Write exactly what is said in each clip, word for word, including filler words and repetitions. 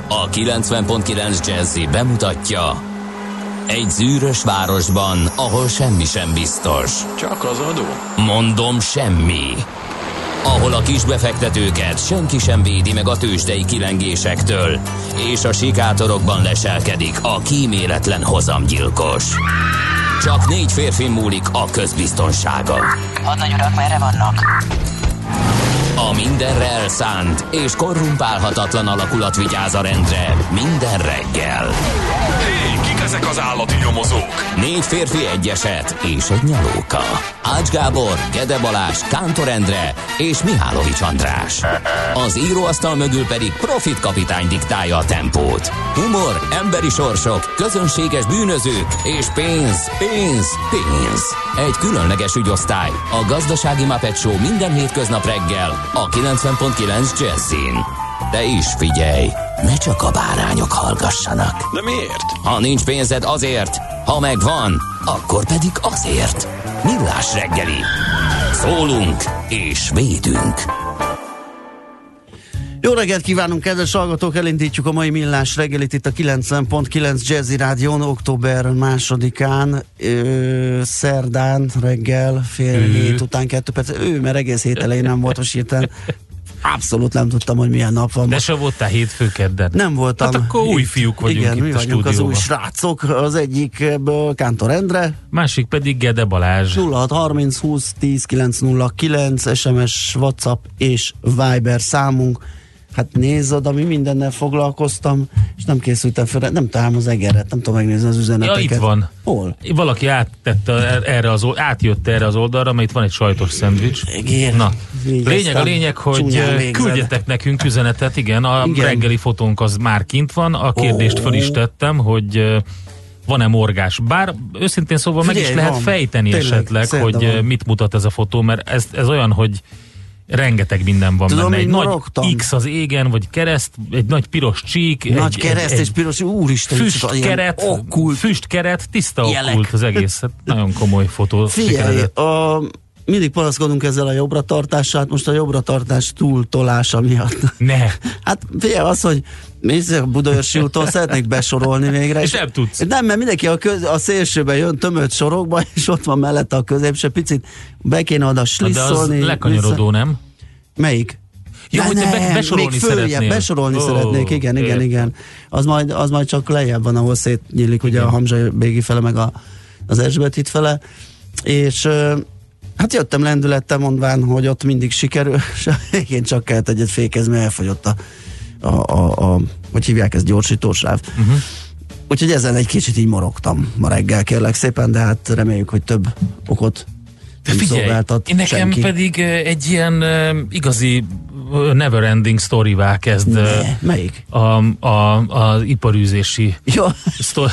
A kilencven pont kilenc Jazzy bemutatja: egy zűrös városban, ahol semmi sem biztos. Csak az adó? Mondom, semmi. Ahol a kisbefektetőket senki sem védi meg a tőzsdei kilengésektől, és a sikátorokban leselkedik a kíméletlen hozamgyilkos. Csak négy férfin múlik a közbiztonsága. Hadnagy urak, merre vannak? A mindenre elszánt és korrumpálhatatlan alakulat vigyáz a rendre minden reggel. Hé, kik ezek az állati nyomozók? Négy férfi, egy eset és egy nyalóka. Ács Gábor, Gede Balázs, Kántor Endre és Mihálovics András. Az íróasztal mögül pedig Profit kapitány diktálja a tempót. Humor, emberi sorsok, közönséges bűnözők és pénz, pénz, pénz. Egy különleges ügyosztály, a Gazdasági Muppet Show minden hétköznap reggel a kilencven pont kilenc Jazzin. De is figyelj, ne csak a bárányok hallgassanak. De miért? Ha nincs pénzed, azért, ha megvan, akkor pedig azért. Millás reggeli. Szólunk és védünk. Jó reggelt kívánunk, kedves hallgatók! Elindítjuk a mai Millás reggelit itt a kilencven pont kilenc Jazzy Rádión, október másodikán, ö, szerdán reggel, fél ő. hét után kettő perc. Ő, mert egész hét elején nem volt, most hirtelen abszolút nem tudtam, hogy milyen nap van. De se voltál hétfő kedden? Nem voltam. Hát akkor új fiúk vagyunk. Igen, itt mi a vagyunk stúdióban. az új srácok, az egyik Kántor Endre. Másik pedig Gede Balázs. nulla hat harminc húsz tíz kilenc nulla kilenc es em es, WhatsApp és Viber számunk. Hát nézd oda, mi mindennel foglalkoztam, és nem készültem fel, nem találom az egeret, nem tudom megnézni az üzeneteket. Ja, itt van. Hol? Valaki áttette erre az, átjött erre az oldalra, mert itt van egy sajtos szendvics. Igen. Na, Így lényeg a lényeg, hogy küldjetek nekünk üzenetet, igen, a igen. reggeli fotónk az már kint van, a kérdést oh. föl is tettem, hogy van-e morgás. Bár őszintén szóval Figyelj, meg is lehet van. fejteni Tényleg, esetleg, hogy van. mit mutat ez a fotó, mert ez, ez olyan, hogy rengeteg minden van Tudom, benne. Egy nagy morogtam. X az égen, vagy kereszt, egy nagy piros csík. Nagy egy, kereszt egy, és piros, úristen. Füstkeret, okkult. füstkeret, tiszta Jelek. okkult az egész. Hát nagyon komoly fotó. Figyelj, a, mindig panaszkodunk ezzel a jobbra tartással, hát most a jobbra tartás túltolása miatt. Ne. Hát figyelj, az, hogy mész a Budaörsi úton szeretnék besorolni végre. És nem tudsz. Nem, mert mindenki a, köz, a szélsőben jön tömött sorokba, és ott van mellette a középső, picit be kéne oda slisszolni. De az lekanyarodó, vissza... nem? Melyik? Jó, hogy te be, besorolni még följebb, szeretnél. besorolni oh, szeretnék, igen, igen, értem. igen. Az majd, az majd csak lejjebb van, ahol szétnyílik ugye a Hamzsa bégi fele, meg a, az Erzsébet fele. És hát jöttem lendülettel mondván, hogy ott mindig sikerül, és én csak kellett egyet fékezni, mert elfogyott a, a, a, a hogy hívják ezt, gyorsítósáv. Uh-huh. Úgyhogy ezen egy kicsit így morogtam ma reggel, kérlek szépen, de hát reméljük, hogy több okot nem figyelj, szolgáltat nekem senki. pedig egy ilyen uh, igazi uh, never ending sztorivá kezd. Ne, uh, melyik? A, a, az iparűzési ja. sztori.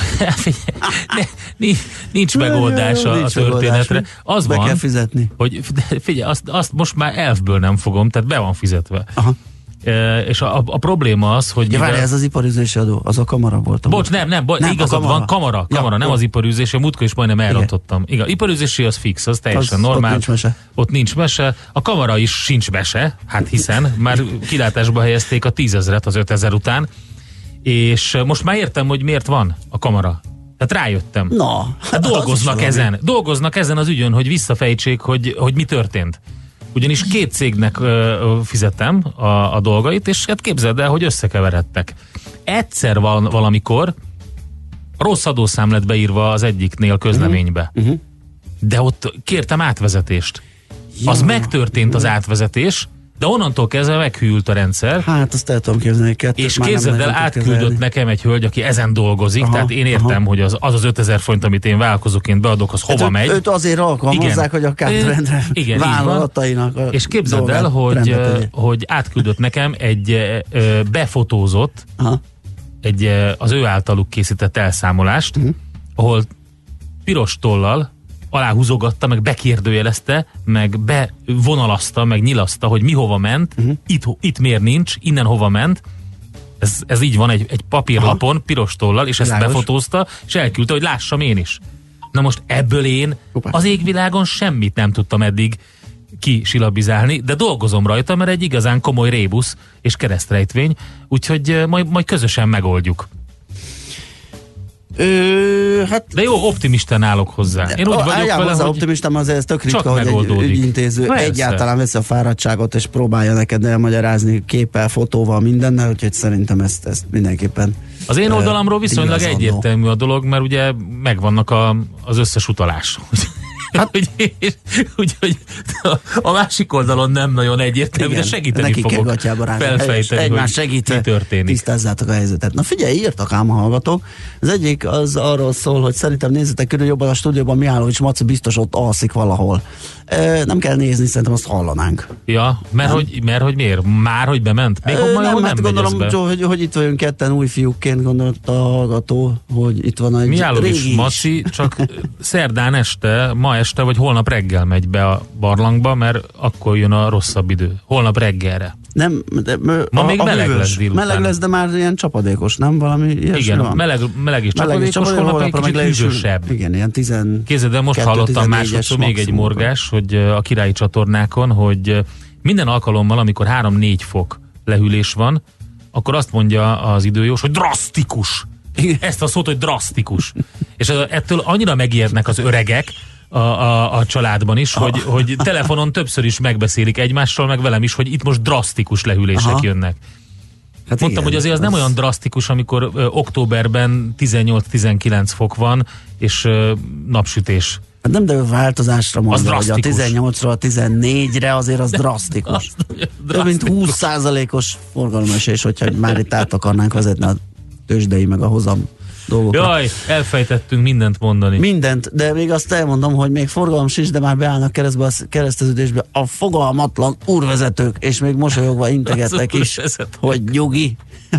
ne, nincs megoldás a, nincs a történetre. Megoldás. Az Be van, kell fizetni. hogy figyelj, azt, azt most már elfből nem fogom, tehát be van fizetve. Aha. E, és a, a probléma az, hogy... Ja, mivel... várj, ez az iparűzési adó, az a kamara volt. Bocs, nem, nem, bo- nem igazad kamara. van, kamara, kamara, ja, nem jó. Az iparűzési, a múltkor is majdnem elrontottam. Igen, iparűzési az fix, az teljesen az, normál. Ott nincs mese. Ott nincs mese. A kamara is sincs mese, hát hiszen már kilátásba helyezték a tízezret az ötezer után, és most már értem, hogy miért van a kamara. Tehát rájöttem. Na, hát dolgoznak ezen, dolgoznak ezen az ügyön, hogy visszafejtsék, hogy, hogy mi történt. Ugyanis két cégnek ö, fizetem a, a dolgait, és hát képzeld el, hogy összekeveredtek. Egyszer van valamikor rossz adószám lett beírva az egyiknél közleménybe. Uh-huh. De ott kértem átvezetést. Ja. Az megtörtént az átvezetés, de onnantól kezdve meghűlt a rendszer. Hát azt el tudom képzelni. És képzeld el, átküldött kezelni. Nekem egy hölgy, aki ezen dolgozik, aha, tehát én értem, aha. hogy az az, az ötezer forint, amit én vállalkozóként beadok, az hova hát megy. Őt azért alkalmazzák, hogy a kártrendre vállalatainak. És képzeld el, hogy, hogy átküldött nekem egy ö, befotózott, aha. egy ö, az ő általuk készített elszámolást, uh-huh. ahol piros tollal aláhúzogatta, meg bekérdőjelezte, meg bevonalazta, meg nyilaszta, hogy mi hova ment, uh-huh. itt, itt miért nincs, innen hova ment. Ez, ez így van egy, egy papírlapon, aha. piros tollal, és ezt Világos. befotózta, és elküldte, hogy lássam én is. Na most ebből én Opa. az égvilágon semmit nem tudtam eddig kisilabizálni, de dolgozom rajta, mert egy igazán komoly rébusz és keresztrejtvény, úgyhogy majd, majd közösen megoldjuk. Ö, hát, de jó, optimisten állok hozzá. Én úgy vagyok vele, hozzá hogy optimistám, azért ez tök ritka, hogy megoldódik. Egy ügyintéző Persze. egyáltalán veszi a fáradtságot, és próbálja neked elmagyarázni képpel, fotóval, mindennel, úgyhogy szerintem ezt, ezt mindenképpen az én oldalamról viszonylag igazadó. Egyértelmű a dolog, mert ugye megvannak a, az összes utalás. Hát, úgyhogy úgy, hogy a másik oldalon nem nagyon egyértelmű, de segíteni neki fogok felfejteni, egymás hogy segítve mi történik. Tisztázzátok a helyzetet. Na figyelj, írtak ám a hallgatók. Az egyik az arról szól, hogy szerintem nézzétek körül jobban a stúdióban, Mihálovics Maci biztos ott alszik valahol. E, nem kell nézni, szerintem azt hallanánk. Ja, mert hogy, mert hogy miért? Már, hogy bement? Még e, nem, nem, nem hát gondolom, Joe, hogy, hogy itt vagyunk ketten új fiúkként, gondolt a hallgató, hogy itt van egy Mihálovics Maci csak szerdán este, ma este vagy holnap reggel megy be a barlangba, mert akkor jön a rosszabb idő. Holnap reggelre. Nem, de, ma a, még a meleg hűvös. lesz délután. Meleg lesz, de már ilyen csapadékos, nem? Valami ilyesmi igen, van? meleg, meleg és meleg csapadékos, és holnap egy kicsit leesül, hűvösebb. Igen, ilyen tizenkettő Kézzel, de most hallottam másodszor még egy morgás, hogy a királyi csatornákon, hogy minden alkalommal, amikor három-négy fok lehűlés van, akkor azt mondja az időjós, hogy drasztikus. Ezt a szót, hogy drasztikus. És ettől annyira megijednek az öregek, A, a, a családban is, hogy, ah. hogy telefonon többször is megbeszélik egymással, meg velem is, hogy itt most drasztikus lehűlések Aha. jönnek. Hát mondtam, igen, hogy azért az, az nem olyan drasztikus, amikor ö, októberben tizennyolc-tizenkilenc fok van, és ö, napsütés. Hát nem, de ő változásra mondja, hogy a tizennyolcra a tizennégyre azért az drasztikus. Több mint húsz százalékos forgalomesés, hogyha már itt át akarnánk vezetni a tőzsdei meg a hozam dolgokra. Jaj, elfejtettünk mindent mondani. Mindent, de még azt elmondom, hogy még forgalom sincs, de már beállnak keresztbe a kereszteződésbe a fogalmatlan úrvezetők, és még mosolyogva integettek is, hogy nyugi.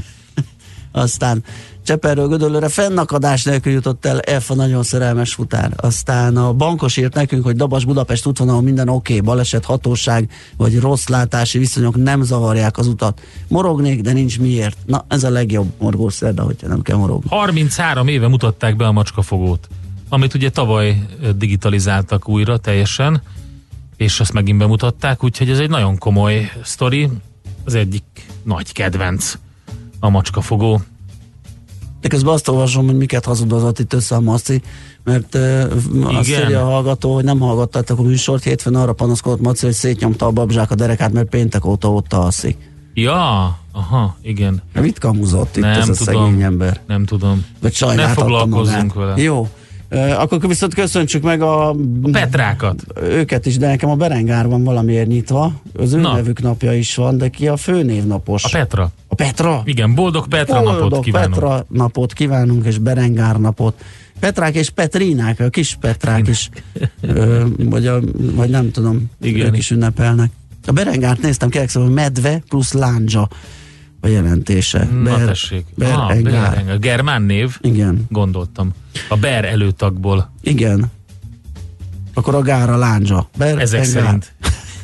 Aztán Cseperről Gödöllőre fennakadás nélkül jutott el F a nagyon szerelmes futár. Aztán a bankos írt nekünk, hogy Dabas Budapest útvonalon minden oké, okay, baleset hatóság vagy rossz látási viszonyok nem zavarják az utat. Morognék, de nincs miért. Na, ez a legjobb morgószerda, hogyha nem kell morogni. harminchárom éve mutatták be a macskafogót, amit ugye tavaly digitalizáltak újra teljesen, és azt megint bemutatták, úgyhogy ez egy nagyon komoly sztori. Az egyik nagy kedvenc a macskafogó. De közben azt olvasom, hogy miket hazudozott itt össze a Maci, mert uh, azt írja a hallgató, hogy nem hallgattátok a műsort, hétfőn arra panaszkodott Maci, hogy szétnyomta a babzsák a derekát, mert péntek óta ott alszik. Ja, aha, igen. Mit kamuzott itt nem ez a tudom, szegény ember? Nem tudom. Vagy sajnáltatta ne foglalkozzunk magát. vele. Jó. Uh, akkor viszont köszöntsük meg a, a Petrákat. Őket is, de nekem a Berengár van valamiért nyitva. Az ő Na. nevük napja is van, de ki a főnévnapos? A Petra. A Petra? Igen, boldog Petra boldog napot kívánunk. Petra napot kívánunk, és Berengár napot. Petrák és Petrínák, a kis Petrák is, ö, vagy, a, vagy nem tudom, Igen. ők is ünnepelnek. A Berengárt néztem, kérlek szóval, hogy medve plusz lándzsa a jelentése. Na Ber, tessék. Berengár. Ah, germán név? Igen. Gondoltam. A Ber előtagból. Igen. Akkor a gár a lándzsa. Ber, Ezek engár. szerint.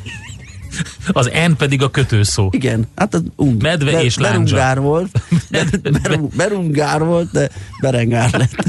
Az N pedig a kötőszó. Igen, hát az um, medve ber, és lándzsa. Berungár volt, ber, ber, berungár volt, de berengár lett.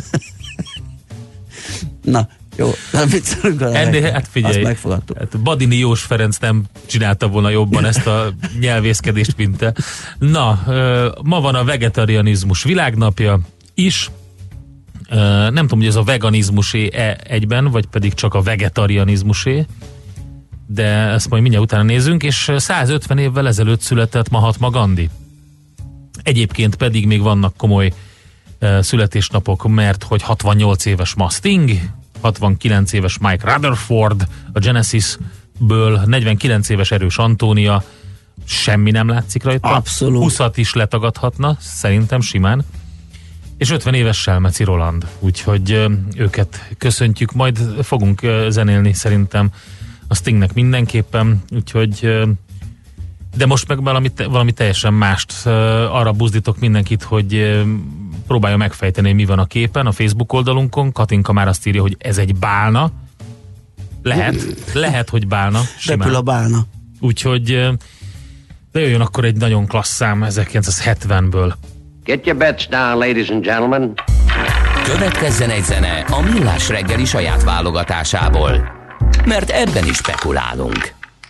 Na, jó, nem viccelünk a Ennél, hát figyelj, azt megfogadtuk. Hát Badini Jós Ferenc nem csinálta volna jobban ezt a nyelvészkedést, mint te. Na, ma van a vegetarianizmus világnapja is. Nem tudom, hogy ez a veganizmusé-e egyben, vagy pedig csak a vegetarianizmusé, de ezt majd mindjárt utána nézzünk, és százötven évvel ezelőtt született Mahatma Gandhi. Egyébként pedig még vannak komoly uh, születésnapok, mert hogy hatvannyolc éves ma Sting, hatvankilenc éves Mike Rutherford a Genesisből, negyvenkilenc éves Erős Antónia, semmi nem látszik rajta. Abszolút. húszat is letagadhatna, szerintem simán. És ötven éves Selmeci Roland, úgyhogy uh, őket köszöntjük, majd fogunk uh, zenélni szerintem a Stingnek mindenképpen, úgyhogy de most meg valami, valami teljesen mást. Arra buzdítok mindenkit, hogy próbálja megfejteni, mi van a képen a Facebook oldalunkon. Katinka már azt írja, hogy ez egy bálna. Lehet, lehet, hogy bálna. Repül a bálna. Úgyhogy de jöjjön akkor egy nagyon klassz szám ezerkilencszázhetvenből. Get your bets down, ladies and gentlemen. Következzen egy zene a Millás reggeli saját válogatásából, mert ebben is spekulálunk.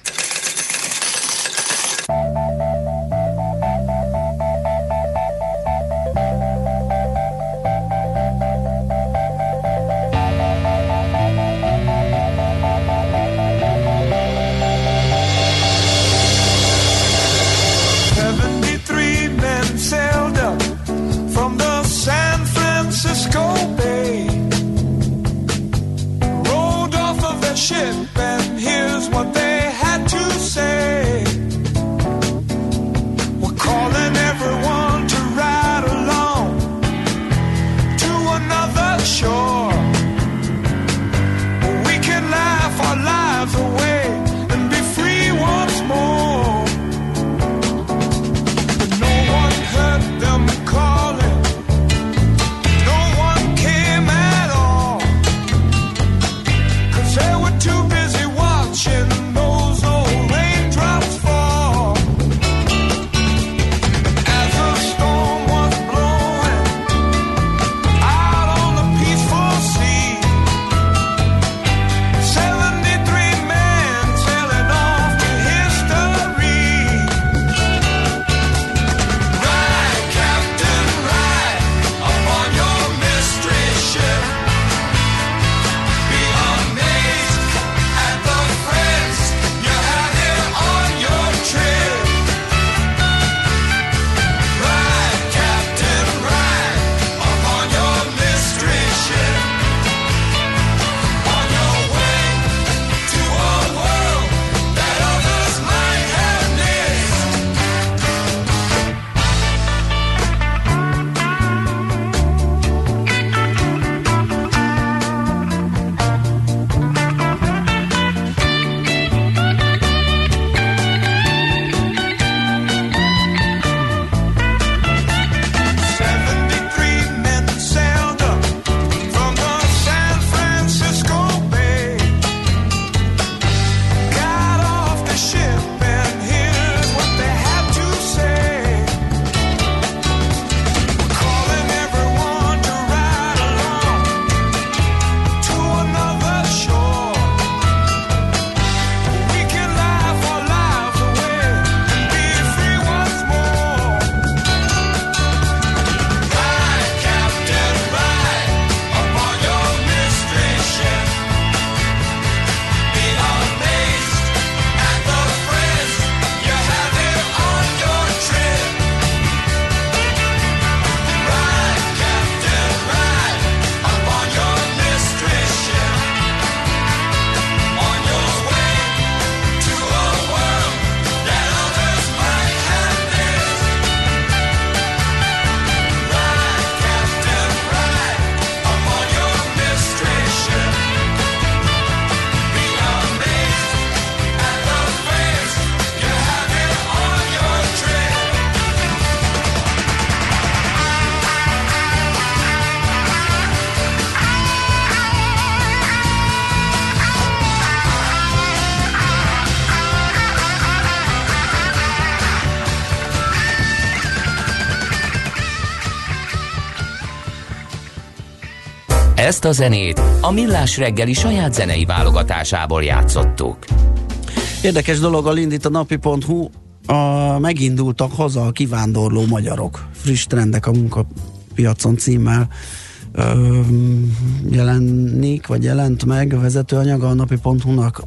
Ezt a zenét a Millás reggeli saját zenei válogatásából játszottuk. Érdekes dologgal indít a napi pont hu, a megindultak haza a kivándorló magyarok. Friss trendek a munkapiacon címmel ö, jelenik, vagy jelent meg a vezetőanyaga a napi pont hu-nak.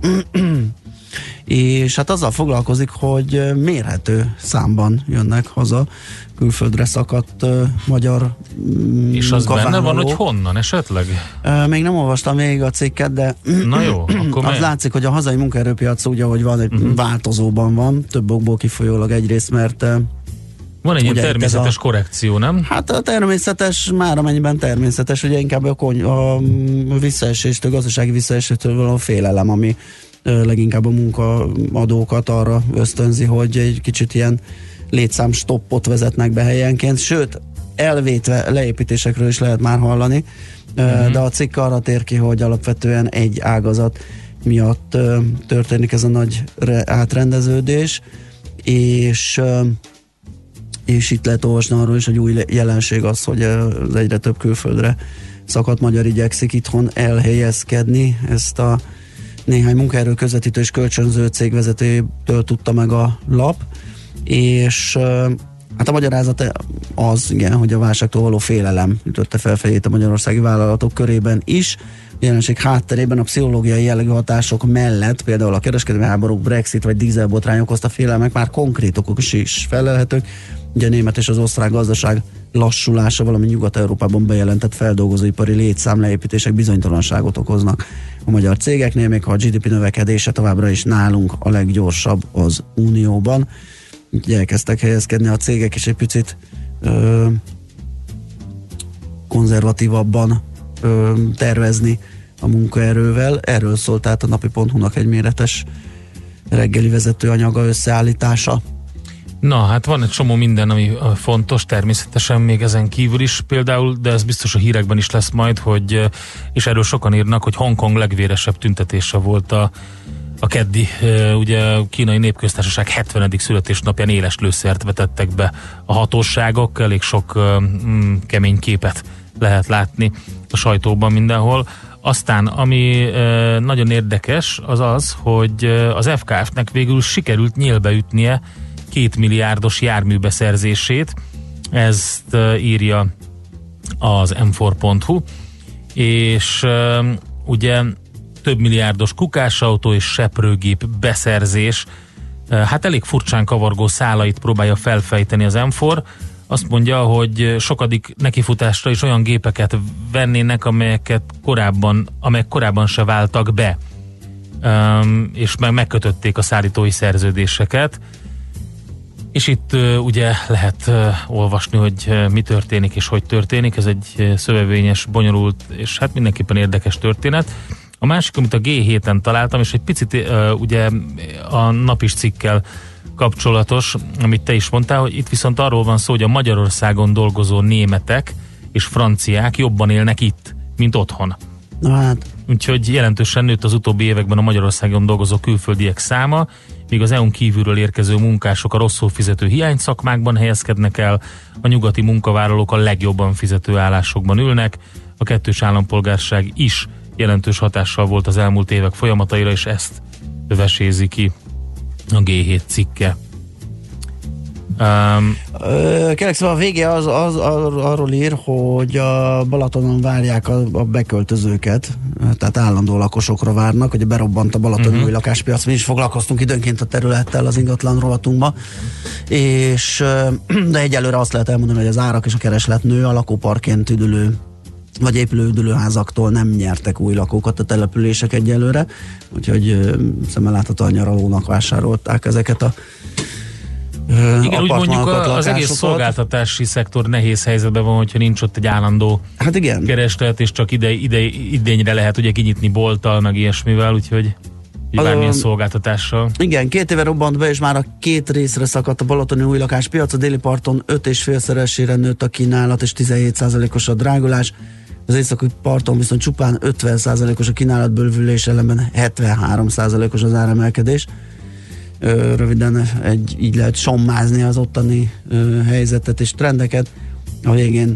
És hát azzal foglalkozik, hogy mérhető számban jönnek haza külföldre szakadt uh, magyar mm, és az benne van, hogy honnan esetleg? Uh, még nem olvastam végig a cikket, de na jó, akkor az mely? látszik, hogy a hazai munkaerőpiac úgy, ahogy van, egy uh-huh. változóban van, több okból kifolyólag egyrészt, mert uh, van egy ilyen természetes a, korrekció, nem? Hát a természetes, már amennyiben természetes, ugye inkább a, kony, a visszaeséstől, gazdasági visszaeséstől való félelem, ami leginkább a munkaadókat arra ösztönzi, hogy egy kicsit ilyen létszám stoppot vezetnek be helyenként, sőt, elvétve leépítésekről is lehet már hallani, uh-huh. de a cikk arra tér ki, hogy alapvetően egy ágazat miatt történik ez a nagy átrendeződés, és, és itt lehet olvasni arról is, hogy új jelenség az, hogy az egyre több külföldre szakadt magyar igyekszik itthon elhelyezkedni. Ezt a néhány munkaerő közvetítő és kölcsönző cég vezetőjétől tudta meg a lap, és hát a magyarázat az, igen, hogy a válságtól való félelem ütötte fel fejét a magyarországi vállalatok körében is. A jelenség hátterében a pszichológiai jellegű hatások mellett, például a kereskedelmi háborúk, Brexit vagy dízelbotrány okozta félelmek már konkrét okok is felelhetők. Ugye a német és az osztrák gazdaság lassulása, valamint Nyugat-Európában bejelentett feldolgozóipari létszámleépítések bizonytalanságot okoznak a magyar cégeknél, még ha a gé dé pé növekedése továbbra is nálunk a leggyorsabb az Unióban. Ugye elkezdtek helyezkedni a cégek, és egy picit ö, konzervatívabban ö, tervezni a munkaerővel. Erről szólt tehát a napi pont hu-nak egy méretes reggeli vezetőanyaga összeállítása. Na, hát van egy csomó minden, ami fontos, természetesen még ezen kívül is például, de ez biztos a hírekben is lesz majd, hogy, és erről sokan írnak, hogy Hongkong legvéresebb tüntetése volt a, a keddi, ugye kínai népköztársaság hetvenedik születésnapján éles lőszert vetettek be a hatóságok, elég sok mm, kemény képet lehet látni a sajtóban mindenhol. Aztán, ami e, nagyon érdekes, az az, hogy az ef ká ef-nek végül sikerült nyílbeütnie két milliárdos járműbeszerzését, ezt uh, írja az em négy pont hu, és uh, ugye több milliárdos kukásautó és seprőgép beszerzés, uh, hát elég furcsán kavargó szálait próbálja felfejteni az em négy. Azt mondja, hogy sokadik nekifutásra is olyan gépeket vennének, amelyeket korábban, amelyek korábban se váltak be, um, és meg megkötötték a szállítói szerződéseket. És itt uh, ugye lehet uh, olvasni, hogy uh, mi történik és hogy történik. Ez egy uh, szövevényes, bonyolult és hát mindenképpen érdekes történet. A másik, amit a gé héten találtam, és egy picit uh, ugye a napis cikkel kapcsolatos, amit te is mondtál, hogy itt viszont arról van szó, hogy a Magyarországon dolgozó németek és franciák jobban élnek itt, mint otthon. Na hát. Úgyhogy jelentősen nőtt az utóbbi években a Magyarországon dolgozó külföldiek száma, míg az é u-n kívülről érkező munkások a rosszul fizető hiány szakmákban helyezkednek el, a nyugati munkavállalók a legjobban fizető állásokban ülnek, a kettős állampolgárság is jelentős hatással volt az elmúlt évek folyamataira, és ezt vesézi ki a gé hét cikke. Um, Kérlek, szóval a vége az, az, az arról ír, hogy a Balatonon várják a, a beköltözőket, tehát állandó lakosokra várnak, hogy berobbant a balatoni uh-huh. új lakáspiac, mi is foglalkoztunk időnként a területtel az ingatlan rovatunkba, és de egyelőre azt lehet elmondani, hogy az árak és a kereslet nő, a lakóparkként üdülő vagy épülő üdülőházaktól nem nyertek új lakókat a települések egyelőre, úgyhogy szemmel láthatóan nyaralónak vásárolták ezeket a igen, úgy mondjuk az egész szolgáltatási szektor nehéz helyzetben van, hogyha nincs ott egy állandó hát igen. kereslet, és csak ide, ide, idényre lehet ugye kinyitni bolttal, meg ilyesmivel, úgyhogy bármilyen um, szolgáltatással. Igen, két éve robbant be, és már a két részre szakadt a balatoni új lakáspiac, a déli parton öt és félszeresére nőtt a kínálat, és tizenhét százalékos a drágulás. Az északi parton viszont csupán ötven százalékos a kínálatbővülés, ellenben hetvenhárom százalékos az áremelkedés. Röviden egy, így lehet sommázni az ottani ö, helyzetet és trendeket. A végén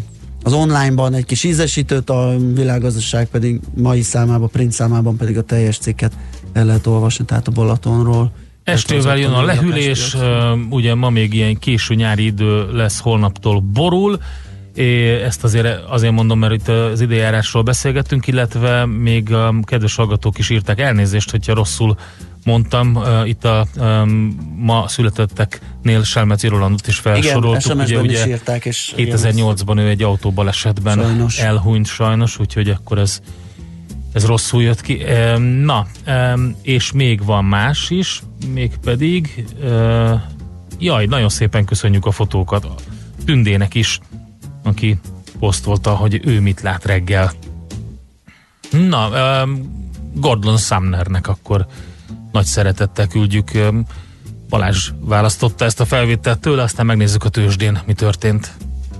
az onlineban egy kis ízesítőt, a Világgazdaság pedig mai számában, print számában pedig a teljes cikket el lehet olvasni, tehát a Balatonról. Estével jön a lehűlés, ugye ma még ilyen késő nyári idő lesz, holnaptól borul. É, ezt azért, azért mondom, mert itt az időjárásról beszélgettünk, illetve még a kedves hallgatók is írták, elnézést, hogyha rosszul mondtam, uh, itt a um, ma születetteknél Selmeci Rolandot is felsoroltuk. Igen, ugye, ugye is írták, és kétezer-nyolcban ő egy autóbalesetben sajnos elhunyt sajnos, úgyhogy akkor ez, ez rosszul jött ki. Um, na, um, és még van más is, mégpedig uh, jaj, nagyon szépen köszönjük a fotókat Tündének is, aki posztolta, hogy ő mit lát reggel. Na, um, Gordon Sumnernek akkor nagy szeretettel küldjük. Balázs választotta ezt a felvételt tőle, aztán megnézzük a tőzsdén, mi történt.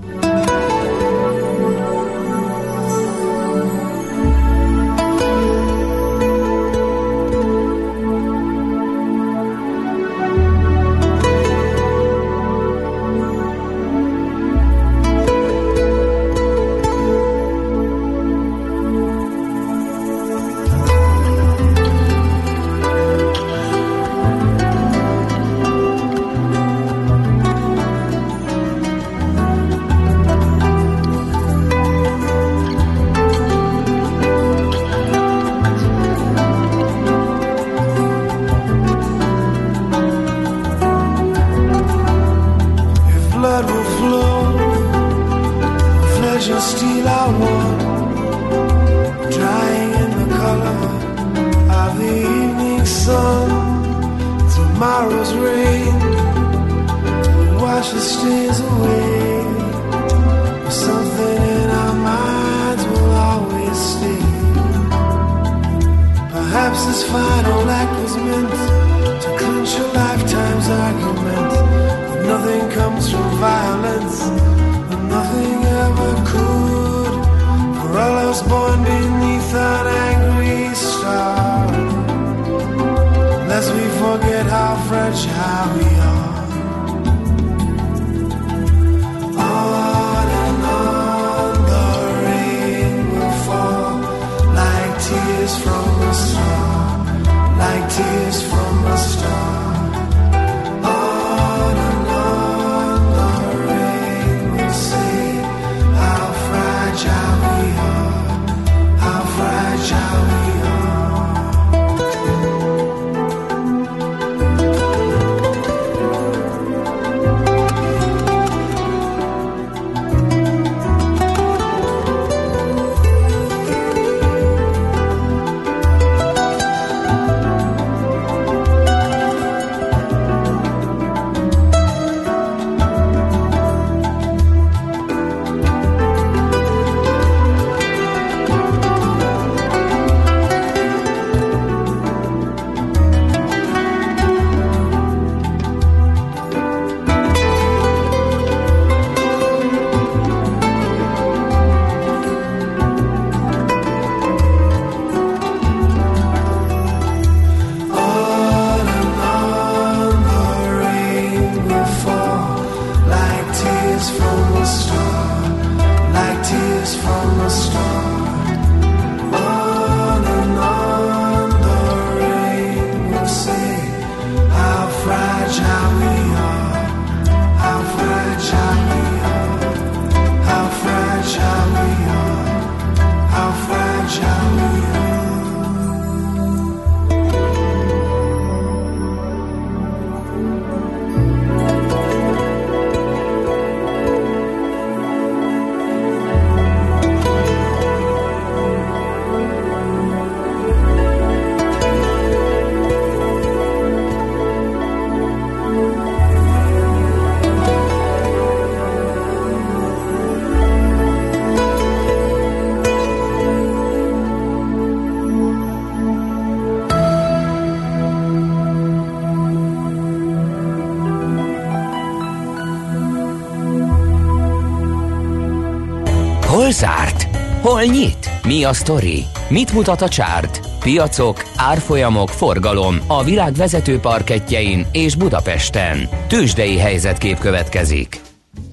Hol zárt? Hol nyit? Mi a sztori? Mit mutat a csárt? Piacok, árfolyamok, forgalom a világ vezető parkettjein és Budapesten. Tőzsdei helyzetkép következik.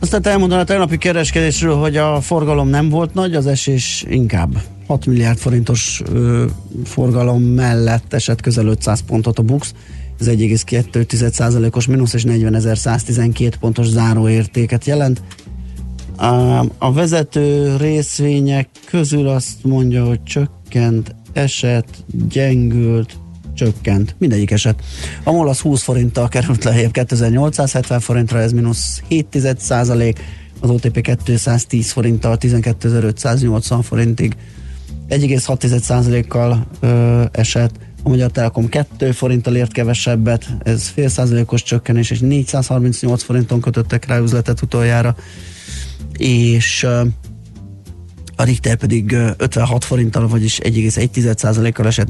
Aztán elmondom a tegnapi kereskedésről, hogy a forgalom nem volt nagy, az esés inkább. hat milliárd forintos ö, forgalom mellett esett közel ötszáz pontot a BUX, ez egy egész kettő százalékos mínusz és negyvenezer-száztizenkét pontos záróértéket jelent. A, a vezető részvények közül azt mondja, hogy csökkent, esett, gyengült, csökkent, mindegyik esett. A MOL az húsz forinttal került lejjebb kétezer-nyolcszázhetven forintra, ez mínusz hét százalék, az o té pé kétszáztíz forinttal tizenkétezer-ötszáznyolcvan forintig egy egész hat százalékkal ö, esett, a Magyar Telekom két forinttal ért kevesebbet, ez fél százalékos csökkenés, és négyszázharmincnyolc forinton kötöttek rá üzletet utoljára, és ö, a Richter pedig ötvenhat forinttal, vagyis egy egész egy százalékkal esett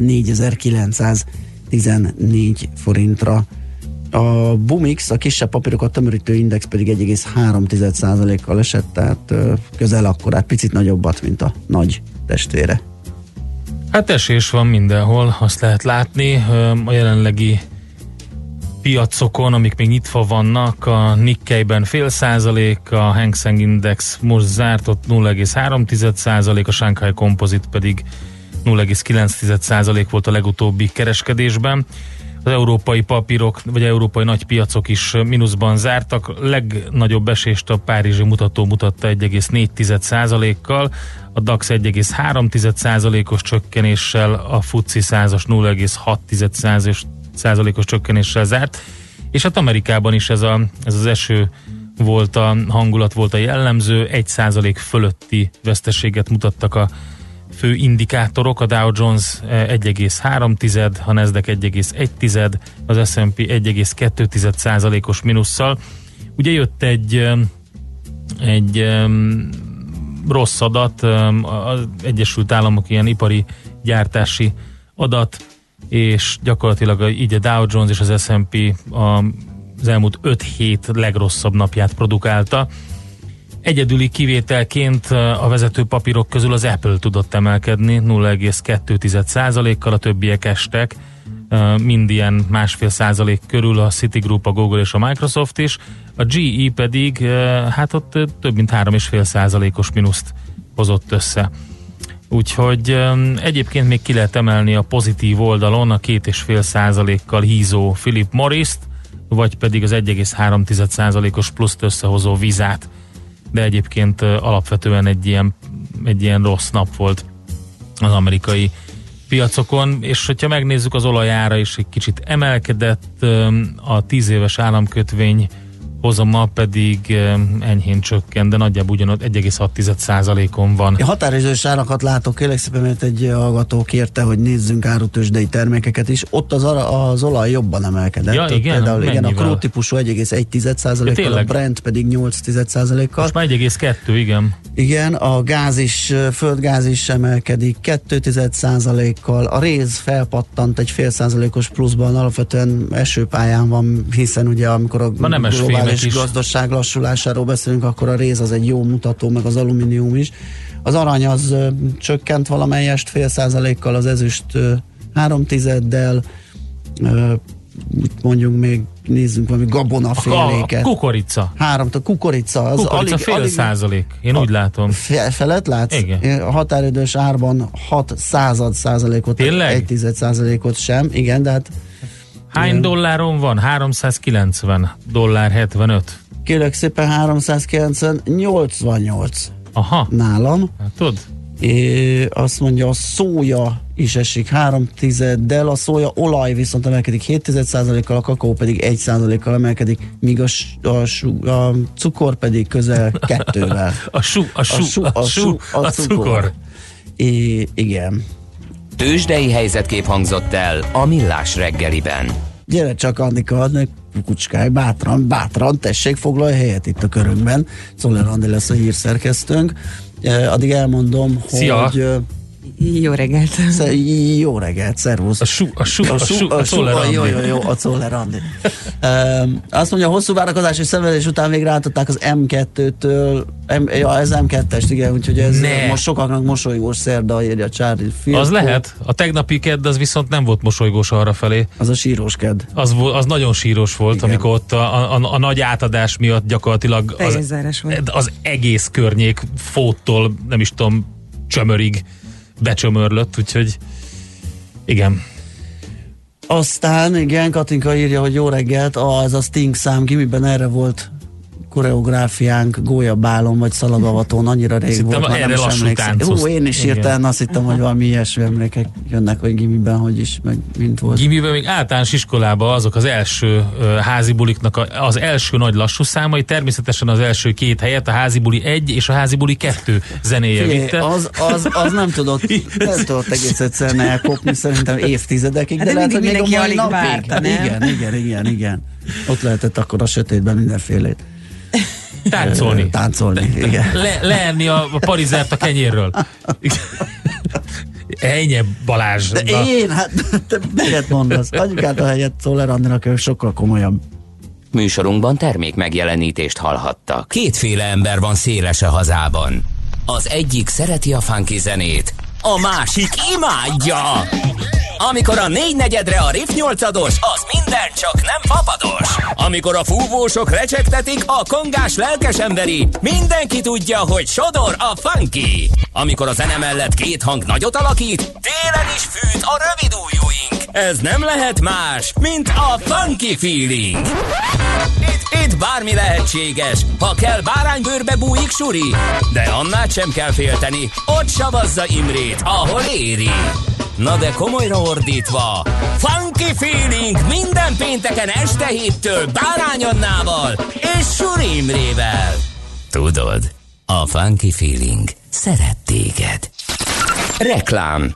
négyezer-kilencszáztizennégy forintra. A Bumix, a kisebb papírokat tömörítő index pedig egy egész három százalékkal esett, tehát közel akkorát, picit nagyobbat, mint a nagy testvére. Hát esés van mindenhol, azt lehet látni. A jelenlegi piacokon, amik még nyitva vannak, a Nikkeiben fél százalék, a Hang Seng Index most zárt, ott nulla egész három százalék, a Shanghai Composite pedig nulla egész kilenc százalék volt a legutóbbi kereskedésben. Az európai papírok, vagy európai nagy piacok is mínuszban zártak. Legnagyobb esést a párizsi mutató mutatta egy egész négy százalékkal, a DAX egy egész három százalékos csökkenéssel, a ef u cé százas nulla egész hat százalékos csökkenéssel zárt, és hát Amerikában is ez, a, ez az eső volt a hangulat, volt a jellemző, egy százalék fölötti veszteséget mutattak a fő indikátorok, a Dow Jones egy egész három, a Nasdaq egy egész egy, az es and pé egy egész kettő százalékos minusszal. Ugye jött egy, egy rossz adat, az Egyesült Államok ilyen ipari gyártási adat, és gyakorlatilag így a Dow Jones és az es and pé az elmúlt öt hét legrosszabb napját produkálta. Egyedüli kivételként a vezető papírok közül az Apple tudott emelkedni nulla egész kettő százalékkal, a többiek estek, mind ilyen másfél százalék körül, a Citigroup, a Google és a Microsoft is. A gé é pedig hát ott több mint három egész öt százalékos mínuszt hozott össze. Úgyhogy egyébként még ki lehet emelni a pozitív oldalon a két egész öt százalékkal hízó Philip Morris-t, vagy pedig az egy egész három százalékos pluszt összehozó Vizát, de egyébként alapvetően egy ilyen, egy ilyen rossz nap volt az amerikai piacokon, és hogyha megnézzük, az olajára is egy kicsit emelkedett, a tíz éves államkötvény hozama pedig enyhén csökkent, de nagyjából ugyanott egy egész hat százalékon van. A határidős árakat látok, kérlek szépen, mert egy hallgató kérte, hogy nézzünk árutősdei termékeket is. Ott az, az olaj jobban emelkedett. Ja, igen, például, igen, a crude típusú egy egész egy százalékkal, ja, a Brent pedig nyolc százalékkal. Most már egy egész kettő, igen. Igen, a gáz is, földgáz is emelkedik kettő százalékkal, a réz felpattant egy fél százalékos pluszban, alapvetően esőpályán van, hiszen ugye amikor a globális gazdaság lassulásáról beszélünk, akkor a réz az egy jó mutató, meg az alumínium is. Az arany az ö, csökkent valamelyest fél százalékkal, az ezüst ö, három tizeddel, ö, mondjuk még nézzünk valami gabonaféléket. A kukorica. Három, a kukorica. Az kukorica alig, fél alig, százalék. Én a, úgy látom. Felett látsz? Igen. A határidős árban hat század százalékot, tényleg? egy tized százalékot sem. Igen, de hát... Hány igen. dolláron van? háromszázkilencven dollár hetvenöt. Kérlek szépen háromszázkilencven, nyolcvannyolc. Aha. Nálam. Hát, tudod? É, azt mondja, a szója is esik három tizeddel, a szója olaj viszont emelkedik hét százalékkal, a kakaó pedig egy százalékkal emelkedik, míg a, a, a cukor pedig közel kettővel. a sú, a sú, a sú, a, sú, a, a cukor. cukor. É, igen. Tőzsdei helyzetkép hangzott el a Millás reggeliben. Gyere csak, Annika, adnak kukucskáj, bátran, bátran, tessék, foglalj helyet itt a körünkben. Szoller Andi lesz a hírszerkesztőnk. Addig elmondom, Szia. hogy Jó reggelt. Jó reggelt, szervusz. A sú, a sú, a sú, a sú, a jó, jó, jó, a Czoller Andi. um, azt mondja, hosszú várakozás és szenvedés után végre átadták az em kettőtől, M, ja, ez em kettest, igen, úgyhogy ez ne. Most sokaknak mosolygós szerda, írja Charlie Filpo. Az lehet. A tegnapi kedd az viszont nem volt mosolygós arrafelé. Az a sírós kedd. Az, az nagyon síros volt, igen. Amikor ott a, a, a nagy átadás miatt gyakorlatilag az, az egész környék Fóttól, nem is tudom, Csömörig becsömörlött, úgyhogy igen. Aztán, igen, Katinka írja, hogy jó reggelt, ah, ez a Sting szám, Gimiben erre volt koreográfiánk, gólyabálon vagy szalagavatón, annyira rég hittem, volt, már nem is emlékszem. Hú, én is hirtelen azt hittem, hogy valami ilyesmi emlékek jönnek, hogy Gimiben, hogy is, meg mint volt. Gimiben még általános iskolában azok az első uh, házi buliknak a, az első nagy lassú számai, természetesen az első két helyet, a házi buli egy és a házi buli kettő zenéje Figyelj, vitte. Az, az, az nem tudott, nem tudott egész egyszerűen elkopni, szerintem évtizedekig, de, de lehet, hogy még a mai napig. Várta, igen, igen, igen, igen. Ott lehetett akkor a sötétben mindenfélét. Táncolni. Táncolni, igen. Le, leerni a, a parizert a kenyérről. Ennyi Balázs. De én, hát te miért mondasz? Adjuk át a helyet Czoller Andinak, ő sokkal komolyabb. Műsorunkban termék megjelenítést hallhattak. Kétféle ember van széles a hazában. Az egyik szereti a funky zenét, a másik imádja. Amikor a négynegyedre a riff nyolcados, az minden csak nem fapados. Amikor a fúvósok recsegtetik, a kongás lelkes emberi, mindenki tudja, hogy sodor a funky. Amikor a zene mellett két hang nagyot alakít, télen is fűt a rövid ujjúink. Ez nem lehet más, mint a funky feeling. Itt, itt bármi lehetséges, ha kell báránybőrbe bújik suri, de annál sem kell félteni, ott savazza Imrét, ahol éri. Na de komolyra ordítva, funky feeling minden pénteken este héttől Bárány Annával és Suri Imrével. Tudod, a funky feeling szeret téged. Reklám.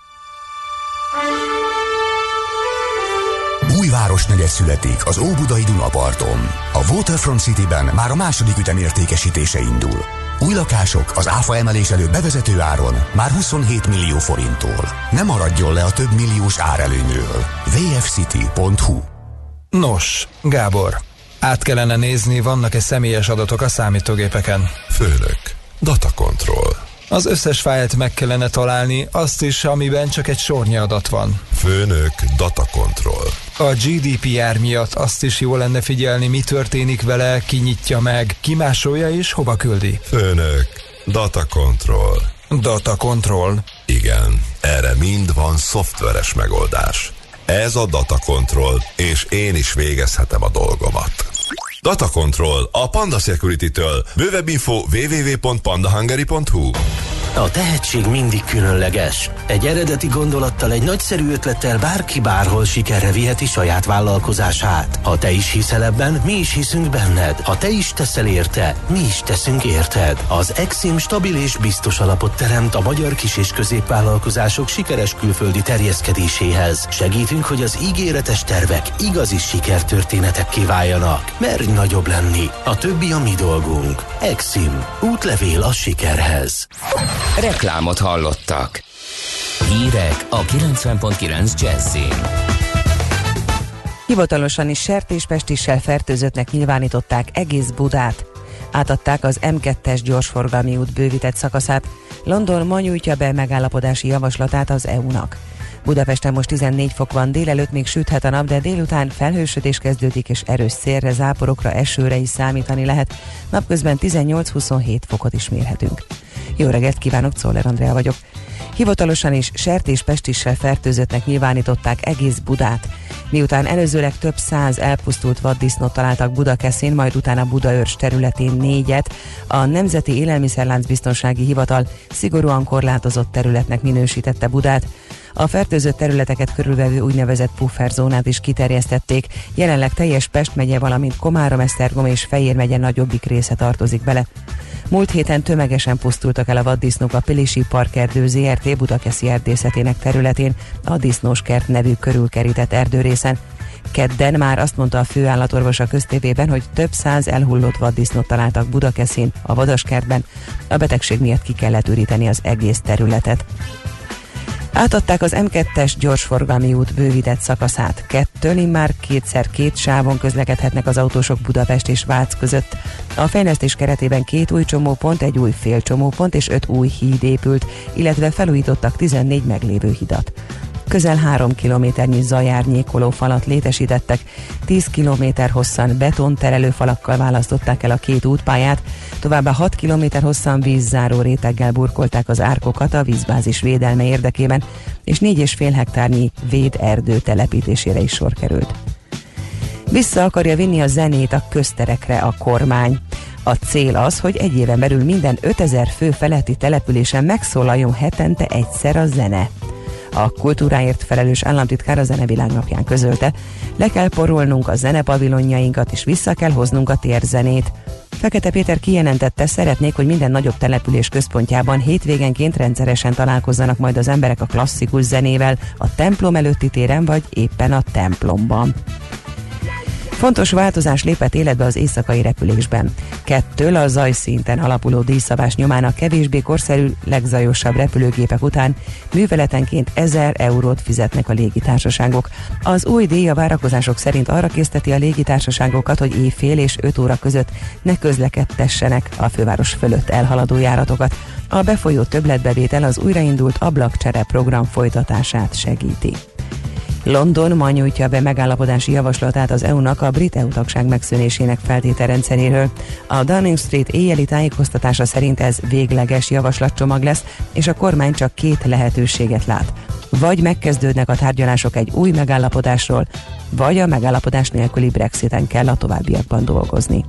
Új városnegyed születik az Óbudai Dunaparton. A Waterfront Cityben már a második ütem értékesítése indul. Új lakások az áfa emelés előtt bevezető áron már huszonhét millió forinttól. Ne maradjon le a több milliós árelőnyről. vé ef city pont hu. Nos, Gábor, át kellene nézni, vannak-e személyes adatok a számítógépeken. Főnök, data control. Az összes fájlt meg kellene találni, azt is, amiben csak egy sornyi adat van. Főnök, data control. A gé dé pé er miatt azt is jó lenne figyelni, mi történik vele, ki nyitja meg, ki másolja és hova küldi. Főnök, data control. Data control. Igen, erre mind van szoftveres megoldás. Ez a data control, és én is végezhetem a dolgomat. Data Control a Panda Security-től. Bővebb info double-u double-u double-u pont panda hungary pont hu. A tehetség mindig különleges. Egy eredeti gondolattal, egy nagyszerű ötlettel bárki bárhol sikerre viheti saját vállalkozását. Ha te is hiszel ebben, mi is hiszünk benned. Ha te is teszel érte, mi is teszünk érted. Az Exim stabil és biztos alapot teremt a magyar kis- és középvállalkozások sikeres külföldi terjeszkedéséhez. Segítünk, hogy az ígéretes tervek igazi sikertörténetekké váljanak. Merj nagyobb lenni. A többi a mi dolgunk. Exim. Útlevél a sikerhez. Reklámot hallottak. Hírek a kilencven pont kilenc Jazzin. Hivatalosan is sertéspestissel fertőzöttnek nyilvánították egész Budát. Átadták az em kettes gyorsforgalmi út bővített szakaszát. London ma nyújtja be megállapodási javaslatát az é u-nak. Budapesten most tizennégy fok van, délelőtt még süthet a nap, de délután felhősödés kezdődik, és erős szélre, záporokra, esőre is számítani lehet. Napközben tizennyolc-huszonhét fokot is mérhetünk. Jó reggelt kívánok, Czoller Andrea vagyok. Hivatalosan is sertéspestissel fertőzöttnek nyilvánították egész Budát. Miután előzőleg több száz elpusztult vaddisznót találtak Budakeszin, majd utána Budaörs területén négyet, a Nemzeti Élelmiszerláncbiztonsági Hivatal szigorúan korlátozott területnek minősítette Budát. A fertőzött területeket körülvevő úgynevezett pufferzónát is kiterjesztették. Jelenleg teljes Pest megye, valamint Komárom, Esztergom és Fejér megye nagyobbik része tartozik bele. Múlt héten tömegesen pusztultak el a vaddisznók a Pilisi Parkerdő zé er té budakeszi erdészetének területén, a Disznóskert nevű körülkerített erdőrészen. Kedden már azt mondta a főállatorvos a köztévében, hogy több száz elhullott vaddisznót találtak Budakeszin, a vadaskertben. A betegség miatt ki kellett üríteni az egész területet. Átadták az em kettes gyorsforgalmi út bővített szakaszát. Kettől immár kétszer két sávon közlekedhetnek az autósok Budapest és Vác között. A fejlesztés keretében két új csomópont, egy új félcsomópont és öt új híd épült, illetve felújítottak tizennégy meglévő hidat. Közel három kilométernyi zajárnyékoló falat létesítettek, tíz kilométer hosszan betonterelő falakkal választották el a két útpályát, továbbá hat kilométer hosszan vízzáró réteggel burkolták az árkokat a vízbázis védelme érdekében, és négy és fél hektárnyi véderdő telepítésére is sor került. Vissza akarja vinni a zenét a közterekre a kormány. A cél az, hogy egy éven belül minden ötezer fő feletti településen megszólaljon hetente egyszer a zene. A kultúráért felelős államtitkár a Zenevilág napján közölte, le kell porolnunk a zenepavilonjainkat és vissza kell hoznunk a térzenét. Fekete Péter kijelentette, szeretnék, hogy minden nagyobb település központjában hétvégenként rendszeresen találkozzanak majd az emberek a klasszikus zenével a templom előtti téren vagy éppen a templomban. Fontos változás lépett életbe az éjszakai repülésben. Kettől a zajszinten alapuló díjszabás nyomán a kevésbé korszerű, legzajosabb repülőgépek után műveletenként ezer eurót fizetnek a légitársaságok. Az új díj a várakozások szerint arra készteti a légitársaságokat, hogy éjfél és öt óra között ne közlekedtessenek a főváros fölött elhaladó járatokat. A befolyó többletbevétel az újraindult ablakcsere program folytatását segíti. London ma nyújtja be megállapodási javaslatát az é u-nak a brit é u-tagság megszűnésének feltételrendszeréről. A Downing Street éjjeli tájékoztatása szerint ez végleges javaslatcsomag lesz, és a kormány csak két lehetőséget lát. Vagy megkezdődnek a tárgyalások egy új megállapodásról, vagy a megállapodás nélküli Brexiten kell a továbbiakban dolgozni.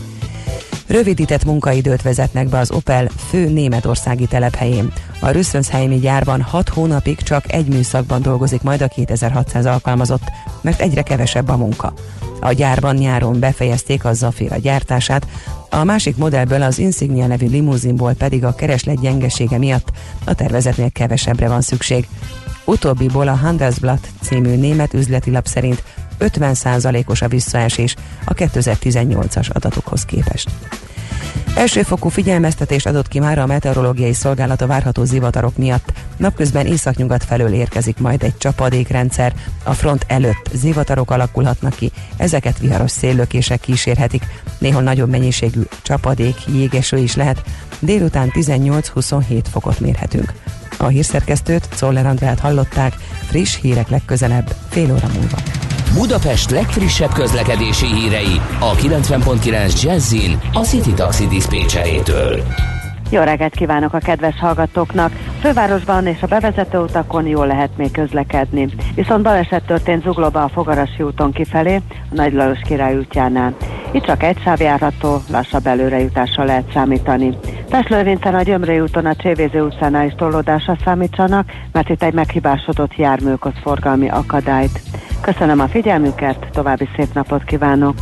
Rövidített munkaidőt vezetnek be az Opel fő németországi telephelyén. A Rüsselsheimi gyárban hat hónapig csak egy műszakban dolgozik majd a kétezer-hatszáz alkalmazott, mert egyre kevesebb a munka. A gyárban nyáron befejezték a Zafira gyártását, a másik modellből, az Insignia nevű limuzinból pedig a kereslet gyengesége miatt a tervezetnél kevesebbre van szükség. Utóbbiból a Handelsblatt című német üzleti lap szerint ötven százalékos a visszaesés a kétezer-tizennyolcas adatokhoz képest. Elsőfokú figyelmeztetést adott ki már a meteorológiai szolgálat a várható zivatarok miatt. Napközben északnyugat felől érkezik majd egy csapadékrendszer. A front előtt zivatarok alakulhatnak ki, ezeket viharos széllökések kísérhetik. Néhol nagyobb mennyiségű csapadék, jégeső is lehet. Délután tizennyolc-huszonhét fokot mérhetünk. A hírszerkesztőt, Czoller Andrát hallották, friss hírek legközelebb, fél óra múlva. Budapest legfrissebb közlekedési hírei a kilencven pont kilenc Jazzin a City Taxi diszpécserétől. Jó reggelt kívánok a kedves hallgatóknak! A fővárosban és a bevezető utakon jól lehet még közlekedni. Viszont baleset történt Zuglóba a Fogarasi úton kifelé, a Nagy Lajos Király útjánál. Itt csak egy sávjárható, lassabb előrejutásra lehet számítani. Pest-Lőrincen a Gyömrői úton a Csévéző utcánál is torlódásra számítsanak, mert itt egy meghibásodott jármű okoz forgalmi akadályt. Köszönöm a figyelmüket, további szép napot kívánok!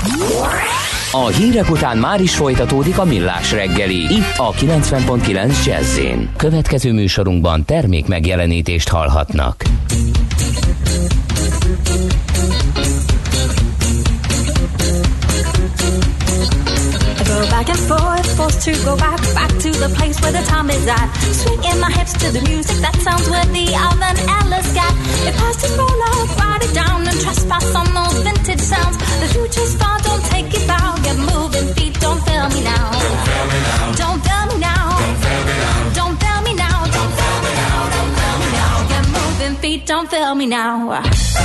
A hírek után már is folytatódik a Millás reggeli, itt a kilencven pont kilenc Jazz-én. Következő műsorunkban termék megjelenítést hallhatnak. Go back and forth, forced to go back, back to the place where the time is at. Swinging my hips to the music that sounds worthy of an Alice cat. If past is roll up, write it down and trespass on those vintage sounds. The future's far, don't take it bow. Get moving feet, don't fail me now. Don't fail me now. Don't fail me now. Don't fail me now. Don't fail me now. Get moving feet, don't fail me now.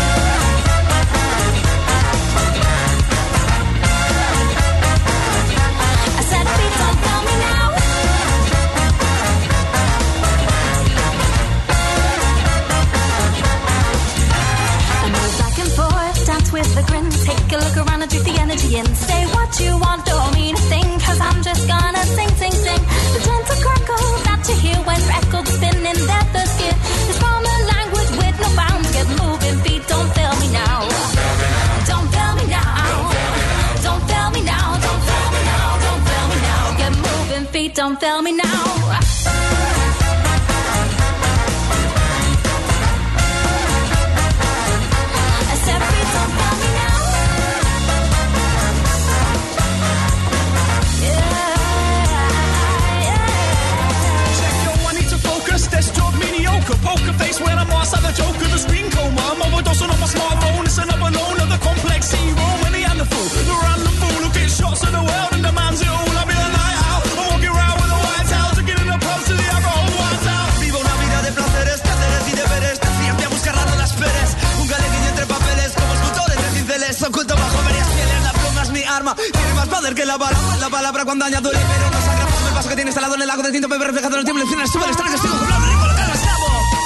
With a grin, take a look around and drink the energy in. Say what you want, don't mean a thing, cause I'm just gonna sing, sing, sing. The gentle crackle that you hear when records spin in their first gear is from a language with no bounds. Get moving feet, don't fail me now. Don't fail me now. Don't fail me now. Don't fail me now. Don't fail me now. Get moving feet, don't fail me now. Poker face when I'm on palabra cuando añado le pero no sagra me paso que tiene instalado en el lago de tinto me ve reflejado en el tiempo elecciones sube el estrella que sigo con la ritmo cada esclavo.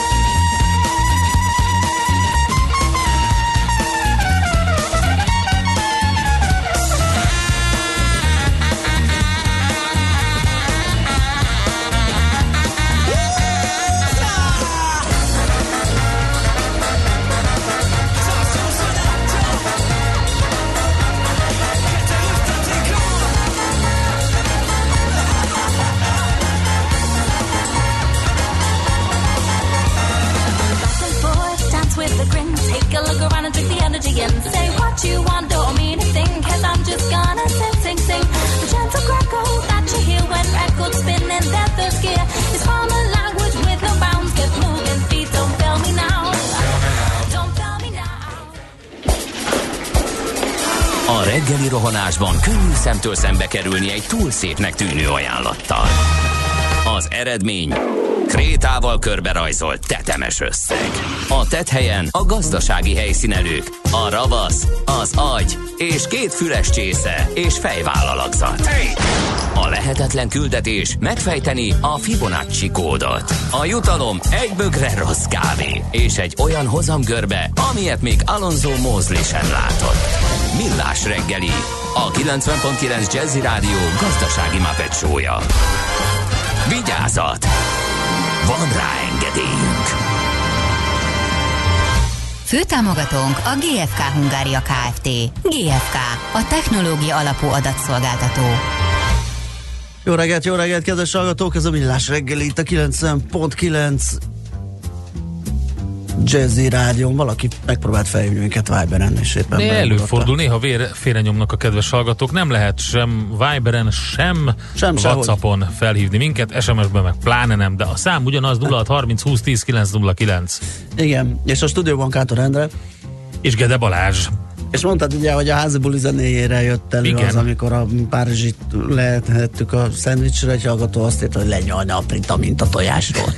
Take a look around and drink the energy in. Say what you want, don't mean a thing, cause I'm just gonna sing, sing, sing. The gentle crackle that you hear when records spin in their third gear is from a language with no bounds. Get moving, feet, don't fail me now. Don't fail me now. A reggeli rohanásban könnyű szemtől szembe kerülni egy túl szépnek tűnő ajánlattal. Az eredmény krétával körberajzolt tetemes összeg. A tetthelyen a gazdasági helyszínelők, a ravasz, az agy és két füles csésze és fejvállalakzat. A lehetetlen küldetés megfejteni a Fibonacci kódot. A jutalom egy bögre rossz kávé és egy olyan hozamgörbe, amilyet még Alonso Mosley sem látott. Millás reggeli, a kilencven pont kilenc Jazzy Rádió gazdasági Muppet show-ja. Vigyázat! Van rá engedélyünk! Főtámogatónk a gé ef ká Hungária Kft. gé ef ká, a technológia alapú adatszolgáltató. Jó reggelt, jó reggelt, kedves hallgatók! Ez a Millás reggeli itt a kilencven pont kilenc Jazzy Rádión. Valaki megpróbált felhívni minket Viberen, és éppen né, előfordul, néha vér, félrenyomnak a kedves hallgatók. Nem lehet sem Viberen, sem, sem WhatsAppon sehogy felhívni minket, es em es-ben meg pláne nem, de a szám ugyanaz nulla hat harminc húsz tíz kilenc nulla kilenc. Igen, és a stúdióban Kántor Endre és Gede Balázs. És mondtad ugye, hogy a házi buli zenéjére jött elő. Igen. Az, amikor a Párizsit lehettük a szendvicsre, egy hallgató azt írta, hogy lenyalna a prita, mint a tojásról.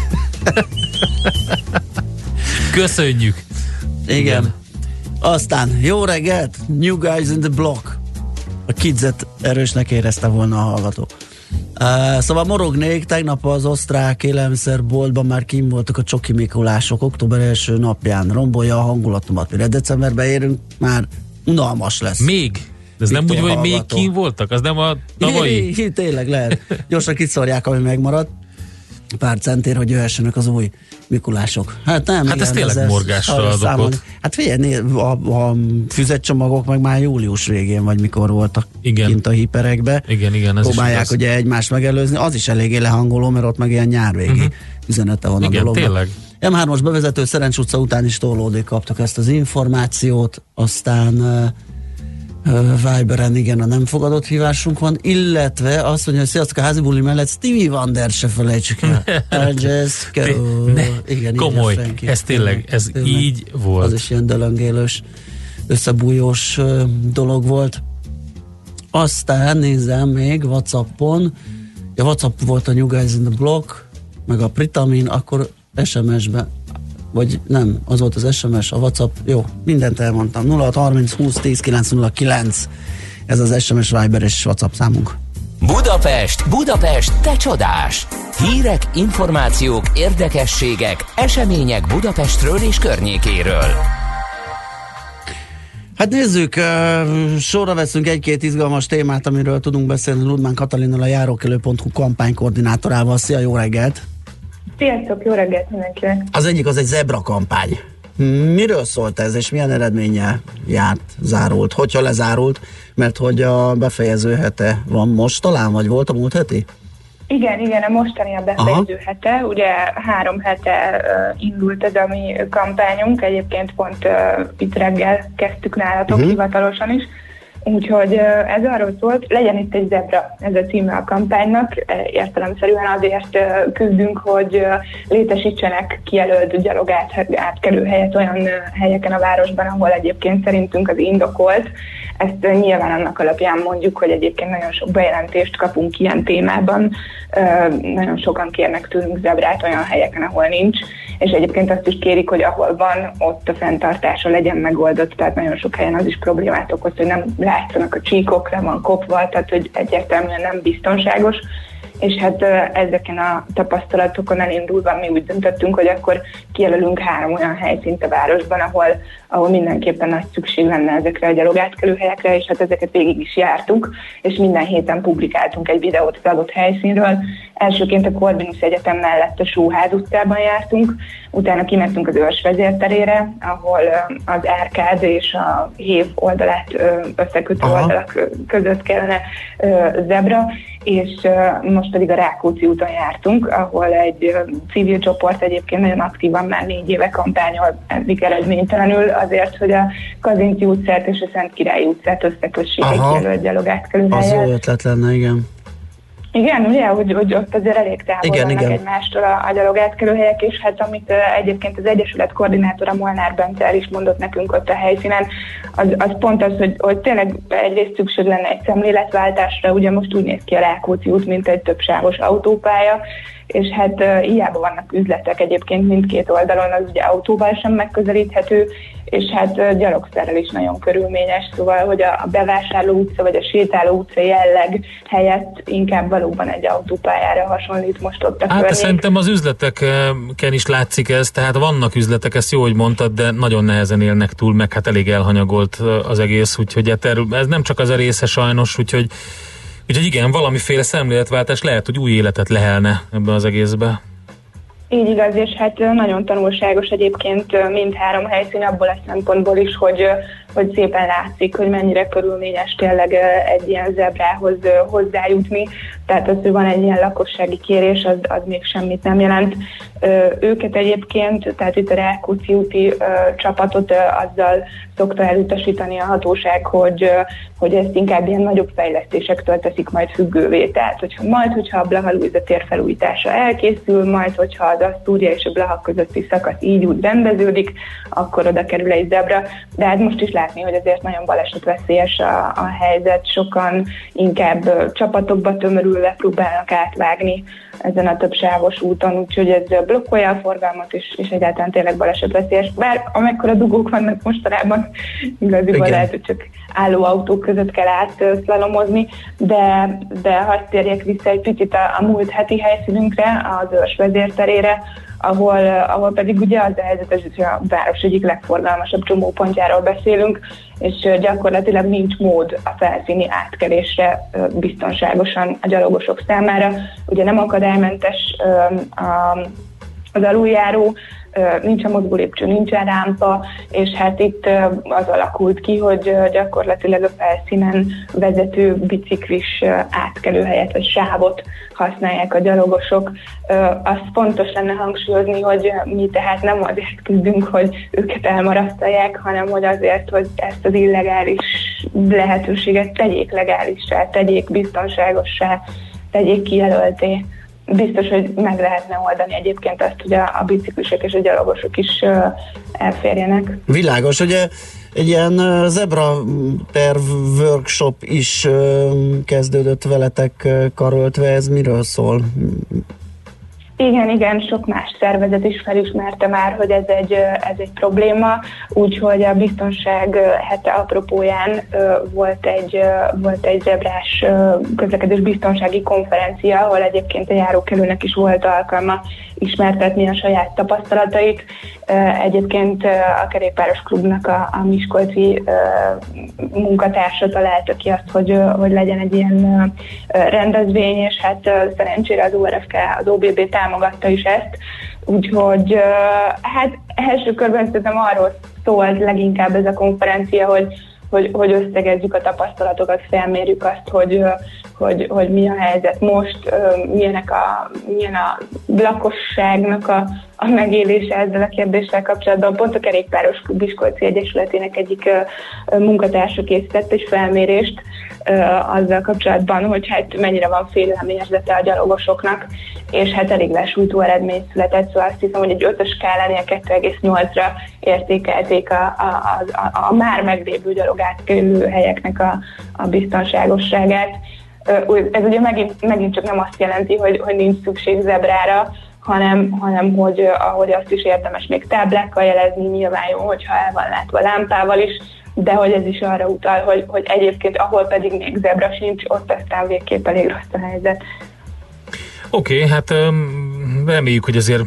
Köszönjük! Igen. Igen. Aztán jó reggelt, New Guys in the Block. A Kidzet erősnek érezte volna a hallgató. Uh, szóval morognék, tegnap az osztrák élelmiszerboltban már kim voltak a csoki Mikulások október első napján. Rombolja a hangulatomat, mire decemberben érünk, már unalmas lesz. Még? De ez Mit nem úgy, hogy még kim voltak? Az nem a tavalyi? Hí, tényleg lehet. Gyorsan kiszorják, ami megmaradt. Pár centér, hogy jöhessenek az új Mikulások. Hát nem. Hát igen, ez tényleg ez morgásra ad okot. Hát figyelj, a, a füzetcsomagok meg már július végén, vagy mikor voltak igen. kint a hiperekbe. Igen, igen. Ez próbálják ugye egymást megelőzni. Az is eléggé lehangoló, mert ott meg ilyen nyárvégi uh-huh. üzenete van igen, a dologban. Tényleg. em hármas bevezető Szerencs utca után is tolódék kaptak ezt az információt, aztán uh, Viberen igen, a nem fogadott hívásunk van, illetve azt mondja, hogy sziasztok, a házi buli mellett Stevie Wonder se felejtsük el. Just go. Ne, igen, komoly, Frankie, ez tényleg, ez tényleg, így volt. Az is ilyen dölöngélős, összebújós uh, dolog volt. Aztán nézem még WhatsAppon, ja, WhatsApp volt a New Guys in the Block, meg a Pritamin, akkor es em es-be vagy nem, az volt az es em es, a WhatsApp, jó, mindent elmondtam. nulla hat harminc húsz tíz kilenc nulla kilenc, ez az es em es, Viber és WhatsApp számunk. Budapest, Budapest, te csodás! Hírek, információk, érdekességek, események Budapestről és környékéről. Hát nézzük, uh, sorra veszünk egy-két izgalmas témát, amiről tudunk beszélni Ludmán Katalinnal, a járókelő pont hu kampánykoordinátorával. Szia, jó reggelt! Sziasztok, jó reggelt mindenkinek! Az egyik az egy zebra kampány. Miről szólt ez, és milyen eredménnyel járt, zárult? Hogyha lezárult, mert hogy a befejező hete van most talán, vagy volt a múlt heti? Igen, igen, a mostani a befejező Aha. hete. Ugye három hete uh, indult ez a mi kampányunk, egyébként pont uh, itt reggel kezdtük nálatok uh-huh. hivatalosan is. Úgyhogy ez arról szólt, legyen itt egy zebra, ez a címe a kampánynak. Értelemszerűen azért küzdünk, hogy létesítsenek kijelölt gyalogátkelő helyet olyan helyeken a városban, ahol egyébként szerintünk az indokolt. Ezt nyilván annak alapján mondjuk, hogy egyébként nagyon sok bejelentést kapunk ilyen témában, nagyon sokan kérnek tőlünk zebrát olyan helyeken, ahol nincs, és egyébként azt is kérik, hogy ahol van, ott a fenntartása legyen megoldott, tehát nagyon sok helyen az is problémát okoz, hogy nem látszanak a csíkok, le van kopva, tehát hogy egyértelműen nem biztonságos. És hát ezeken a tapasztalatokon elindulva mi úgy döntöttünk, hogy akkor kijelölünk három olyan helyszínt a városban, ahol, ahol mindenképpen nagy szükség lenne ezekre a gyalogátkelőhelyekre, és hát ezeket végig is jártuk, és minden héten publikáltunk egy videót az adott helyszínről. Elsőként a Corvinus Egyetem mellett a Sóház utcában jártunk, utána kimentünk az Őrs vezérterére, ahol az Árkád és a Hév oldalát összekötő Aha. oldalak között kellene zebra, és most pedig a Rákóczi úton jártunk, ahol egy civil csoport egyébként nagyon aktívan már négy éve kampányol, eddig eredménytelenül azért, hogy a Kazinczy utcát és a Szent Király utcát összekössék egy jelölt gyalogátkelőhelyen. Az jó ötlet lenne, igen. Igen, ugye, hogy, hogy ott azért elég távol igen, vannak igen. egymástól a, a gyalogátkelőhelyek, és hát amit uh, egyébként az Egyesület koordinátora Molnár Bence el is mondott nekünk ott a helyszínen, az, az pont az, hogy, hogy tényleg egyrészt szükség lenne egy szemléletváltásra, ugye most úgy néz ki a Rákóczi út, mint egy többsávos autópálya, és hát uh, hiába vannak üzletek egyébként mindkét oldalon, az ugye autóval sem megközelíthető, és hát uh, gyalogszerrel is nagyon körülményes, szóval, hogy a, a bevásárló utca vagy a sétáló utca jelleg helyett inkább valóban egy autópályára hasonlít most ott a Hát környék. Szerintem az üzleteken is látszik ez, tehát vannak üzletek, ezt jó, hogy mondtad, de nagyon nehezen élnek túl, meg hát elég elhanyagolt az egész, úgyhogy hát ez nem csak az a része sajnos, úgyhogy Úgyhogy igen, valamiféle szemléletváltás lehet, hogy új életet lehelne ebben az egészben. Így igaz, és hát nagyon tanulságos egyébként mindhárom helyszín abból a szempontból is, hogy, hogy szépen látszik, hogy mennyire körülményes tényleg egy ilyen zebrához hozzájutni. Tehát az, hogy van egy ilyen lakossági kérés, az, az még semmit nem jelent. Őket egyébként, tehát itt a Rákóczi úti csapatot azzal szokta elutasítani a hatóság, hogy, hogy ezt inkább ilyen nagyobb fejlesztésektől teszik majd függővé. Tehát, hogyha majd, hogyha a Blaha-Lujza tér felújítása elkészül, majd, hogyha az Asztúria és a Blaha közötti szakasz így úgy rendeződik, akkor oda kerül egy zebra. De hát most is látni, hogy azért nagyon balesetveszélyes a, a helyzet, sokan inkább csapatokba tömörülve próbálnak átvágni ezen a többsávos úton, úgyhogy ez blokkolja a forgalmat, és, és egyáltalán tényleg balesetveszélyes. Bár amekkora dugók vannak mostanában, igaziból lehet, hogy csak álló autók között kell átszlalomozni, de, de hadd térjek vissza egy picit a, a múlt heti helyszínünkre, az Őrs vezérterére, ahol, ahol pedig ugye az a helyzet, hogy a város egyik legforgalmasabb csomópontjáról beszélünk, és gyakorlatilag nincs mód a felszíni átkelésre biztonságosan a gyalogosok számára. Ugye nem akadálymentes az aluljáró, nincs a mozgólépcső, nincsen rámpa, és hát itt az alakult ki, hogy gyakorlatilag a felszínen vezető biciklis átkelőhelyet vagy sávot használják a gyalogosok. Azt fontos lenne hangsúlyozni, hogy mi tehát nem azért küzdünk, hogy őket elmarasztalják, hanem hogy azért, hogy ezt az illegális lehetőséget tegyék legálissá, tegyék biztonságossá, tegyék kijelölté. Biztos, hogy meg lehetne oldani egyébként azt, hogy a, a biciklisek és a gyalogosok is uh, elférjenek. Világos, ugye egy ilyen uh, zebra terv workshop is uh, kezdődött veletek uh, karöltve, ez miről szól? Igen, igen, sok más szervezet is felismerte már, hogy ez egy, ez egy probléma, úgyhogy a biztonság hete apropóján volt egy, volt egy zebrás közlekedés biztonsági konferencia, ahol egyébként a járókelőnek is volt alkalma ismertetni a saját tapasztalatait. Egyébként a Kerékpáros Klubnak a, a miskolci munkatársa találta ki azt, hogy, hogy legyen egy ilyen rendezvény, és hát szerencsére az o er ef ká, az o bé bé támogatta is ezt, úgyhogy hát első körben szerintem arról szólt leginkább ez a konferencia, hogy Hogy, hogy összegezzük a tapasztalatokat, felmérjük azt, hogy, hogy, hogy mi a helyzet most, milyenek a, milyen a lakosságnak a, a megélése ezzel a kérdéssel kapcsolatban. Pont a Kerékpáros Klub Miskolci Egyesületének egyik uh, munkatársa készített egy felmérést uh, azzal kapcsolatban, hogy hát mennyire van félelmérzete a gyalogosoknak, és hát elég lesújtó eredmény született, szóval azt hiszem, hogy egy ötös skálán kettő egész nyolcra értékelték a, a, a, a már meglévő gyalogátkelő helyeknek a, a biztonságosságát. Ez ugye megint, megint csak nem azt jelenti, hogy, hogy nincs szükség zebrára, hanem, hanem hogy ahogy azt is érdemes még táblákkal jelezni, nyilván jó, hogyha el van látva lámpával is, de hogy ez is arra utal, hogy, hogy egyébként ahol pedig még zebra sincs, ott aztán végképp elég rossz a helyzet. Oké, okay, hát reméljük, hogy azért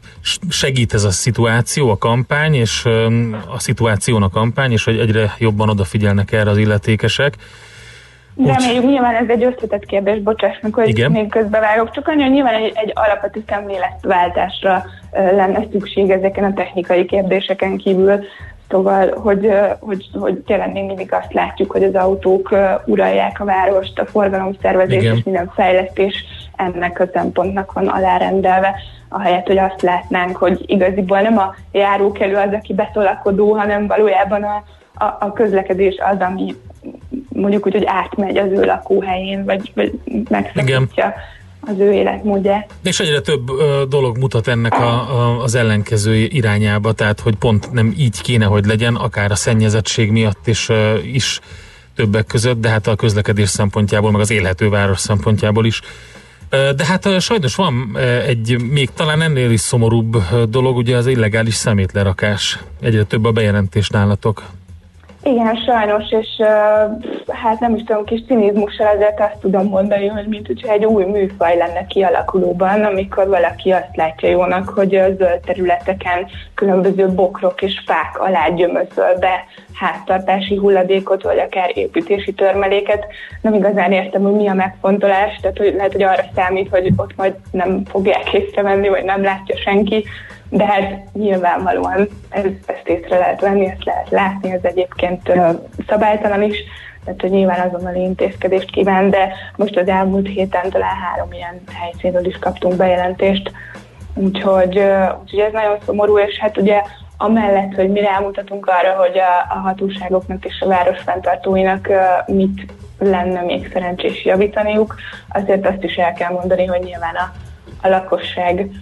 segít ez a szituáció, a kampány, és a szituáción a kampány, és hogy egyre jobban odafigyelnek erre az illetékesek. Reméljük, nyilván ez egy összetett kérdés, bocsáss meg, hogy igen, még közbevágok, csak annyi, hogy nyilván egy, egy alapvető szemléletváltásra uh, lenne szükség ezeken a technikai kérdéseken kívül, szóval, hogy, uh, hogy, hogy tényleg még mindig azt látjuk, hogy az autók uh, uralják a várost, a forgalomszervezés és minden fejlesztés ennek a szempontnak van alárendelve, ahelyett, hogy azt látnánk, hogy igaziból nem a járókelő az, aki beszolakodó, hanem valójában a, a, a közlekedés az, ami mondjuk úgy, hogy átmegy az ő lakóhelyén, vagy, vagy megszakítja az ő életmódját. És egyre több ö, dolog mutat ennek a, a, az ellenkező irányába, tehát hogy pont nem így kéne, hogy legyen, akár a szennyezettség miatt is, ö, is többek között, de hát a közlekedés szempontjából, meg az élhető város szempontjából is. Ö, de hát ö, sajnos van ö, egy még talán ennél is szomorúbb ö, dolog, ugye az illegális szemétlerakás. Egyre több a bejelentés nálatok. Igen, sajnos, és uh, hát nem is tudom, kis cinizmussal azért azt tudom mondani, hogy mint hogyha egy új műfaj lenne kialakulóban, amikor valaki azt látja jónak, hogy a zöld területeken különböző bokrok és fák alá gyömöszöl be háztartási hulladékot, vagy akár építési törmeléket. Nem igazán értem, hogy mi a megfontolás, tehát hogy lehet, hogy arra számít, hogy ott majd nem fogják észrevenni, vagy nem látja senki, de hát nyilvánvalóan ez, ezt észre lehet venni, ezt lehet látni, ez egyébként uh, szabálytalan is, tehát hogy nyilván azonnali intézkedést kíván, de most az elmúlt héten talán három ilyen helyszínről is kaptunk bejelentést, úgyhogy, uh, úgyhogy ez nagyon szomorú, és hát ugye amellett, hogy mi rámutatunk arra, hogy a, a hatóságoknak és a városfenntartóinak uh, mit lenne még szerencsés javítaniuk, azért azt is el kell mondani, hogy nyilván a, a lakosság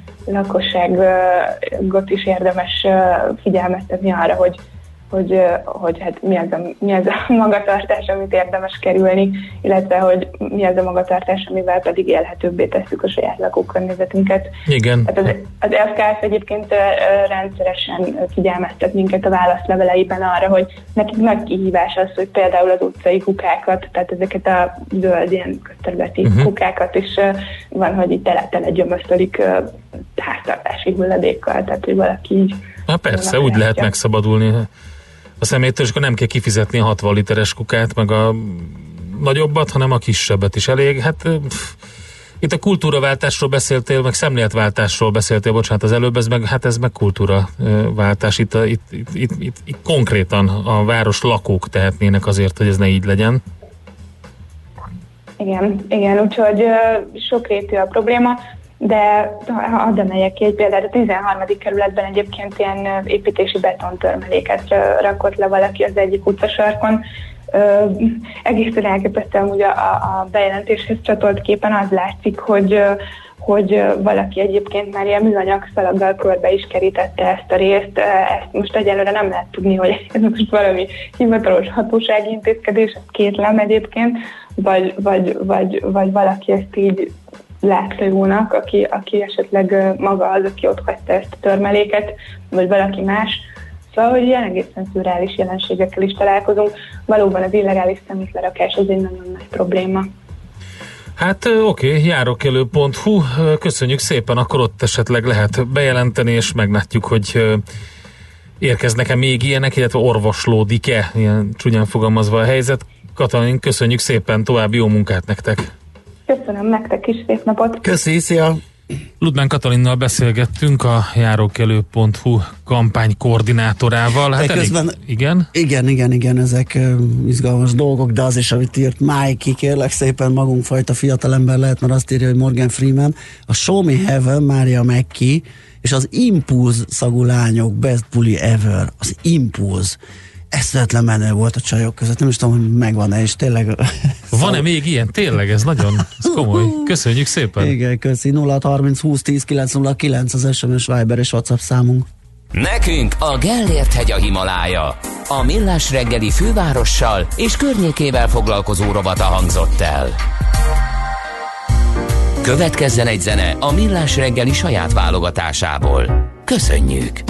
lakosságot is érdemes figyelmeztetni arra, hogy, hogy, hogy hát mi, az a, mi az a magatartás, amit érdemes kerülni, illetve hogy mi az a magatartás, amivel pedig élhetőbbé tesszük a saját lakókörnyezetünket. Igen. Hát az, az ef ká ef egyébként rendszeresen figyelmeztet minket a válaszleveleiben arra, hogy nekik nagy kihívás az, hogy például az utcai kukákat, tehát ezeket a zöld ilyen közterületi uh-huh. kukákat is van, hogy itt tele-tele gyömöszölik háztartási hulladékkal, tehát hogy valaki így... Na persze, úgy lehet megszabadulni a szeméttől, és akkor nem kell kifizetni a hatvan literes kukát, meg a nagyobbat, hanem a kisebbet is elég. Hát pff, itt a kultúraváltásról beszéltél, meg szemléletváltásról beszéltél, bocsánat, az előbb, ez meg, hát ez meg kultúraváltás. Itt, a, itt, itt, itt, itt, itt konkrétan a város lakók tehetnének azért, hogy ez ne így legyen. Igen, igen, úgyhogy uh, sokrétű a probléma. De hadd emeljek ki egy példát, a tizenharmadik kerületben egyébként ilyen építési betontörmeléket rakott le valaki az egyik utcasarkon. Egészen elképesztően ugye a, a bejelentéshez csatolt képen az látszik, hogy, hogy valaki egyébként már ilyen műanyag szalaggal körbe is kerítette ezt a részt. Ezt most egyelőre nem lehet tudni, hogy ez most valami hivatalos hatósági intézkedés, ez kétlem egyébként, vagy, vagy, vagy, vagy valaki ezt így látta jónak, aki, aki esetleg maga az, aki ott hagyta ezt a törmeléket, vagy valaki más. Szóval, hogy ilyen egészen szürreális jelenségekkel is találkozunk. Valóban az illegális szemétlerakás az egy nagyon nagy probléma. Hát oké, okay, járókelő pont hu, köszönjük szépen, akkor ott esetleg lehet bejelenteni, és meglátjuk, hogy érkeznek-e még ilyenek, illetve orvoslódik-e, ilyen csúnyán fogalmazva a helyzet. Katalin, köszönjük szépen, további jó munkát nektek! Köszönöm nektek is, szép napot! Köszi, szia! Ludmán Katalinnal beszélgettünk, a járókelő pont hu kampány koordinátorával. Hát elég, közben, igen? Igen, igen, igen, ezek uh, izgalmas dolgok, de az is, amit írt Mikey, kérlek szépen, magunkfajta fiatalember lehet, mert azt írja, hogy Morgan Freeman, a Show Me Heaven, Mária McKee, és az Impulse szagú lányok, Best Bully Ever, az Impulse. Eszvetlen menő volt a csajok között, nem is tudom, hogy megvan-e, és tényleg... Van-e még ilyen? Tényleg, ez nagyon ez komoly. Köszönjük szépen. Igen, köszi. nulla harminc húsz tíz kilenc nulla kilenc az es em es, Viber és WhatsApp számunk. Nekünk a Gellért hegy a Himalája. A Millás reggeli fővárossal és környékével foglalkozó rovata hangzott el. Következzen egy zene a Millás reggeli saját válogatásából. Köszönjük!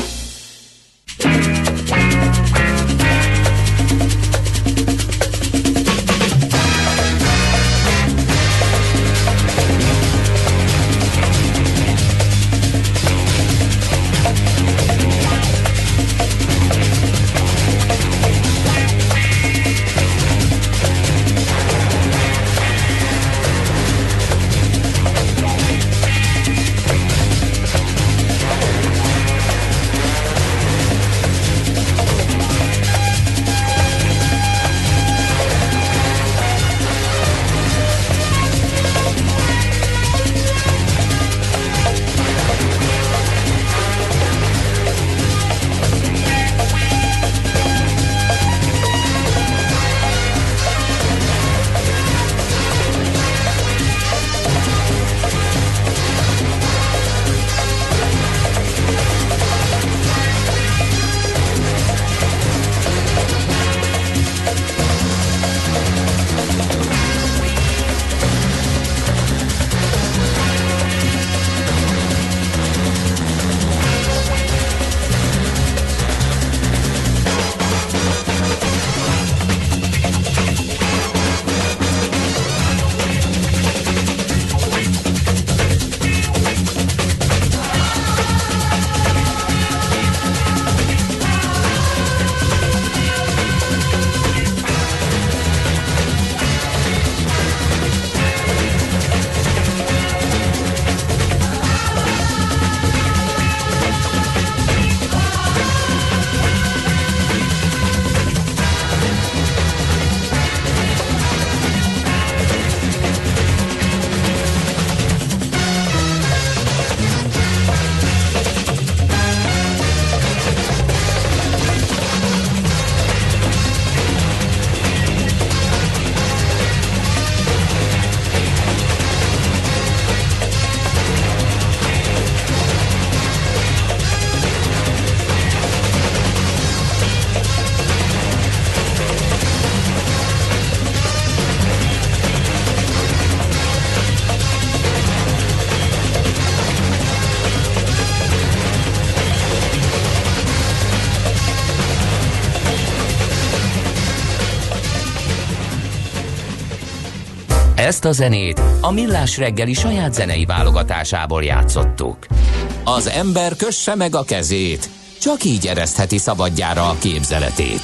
Ezt a zenét a Millás reggeli saját zenei válogatásából játszottuk. Az ember kösse meg a kezét, csak így eresztheti szabadjára a képzeletét.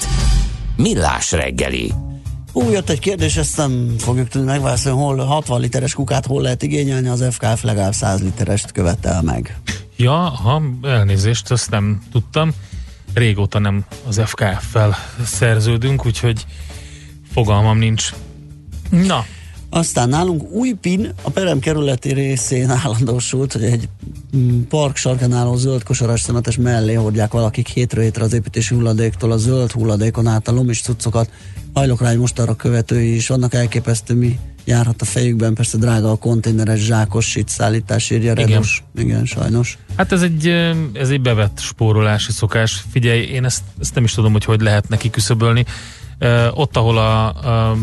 Millás reggeli. Úgy jött egy kérdés, ezt nem fogjuk tudni megválaszolni, hol hatvan literes kukát hol lehet igényelni, az ef ká ef legalább száz literest követel meg. Ja, ha elnézést, ezt nem tudtam. Régóta nem az ef ká ef-fel szerződünk, úgyhogy fogalmam nincs. Na. Aztán nálunk Újpin a Perem kerületi részén állandósult, hogy egy park sarkán álló zöld kosaras szemetes mellé hordják valakik hétről hétre az építési hulladéktól a zöld hulladékon át a lomis cuccokat. Hajlokrány most arra követői is vannak, elképesztő, mi járhat a fejükben, persze drága a konténeres zsákos sit szállítás, írja Redus. Igen. Igen, sajnos. Hát ez egy, ez egy bevett spórolási szokás. Figyelj, én ezt, ezt nem is tudom, hogy hogy lehet neki küszöbölni. Uh, ott, ahol a, a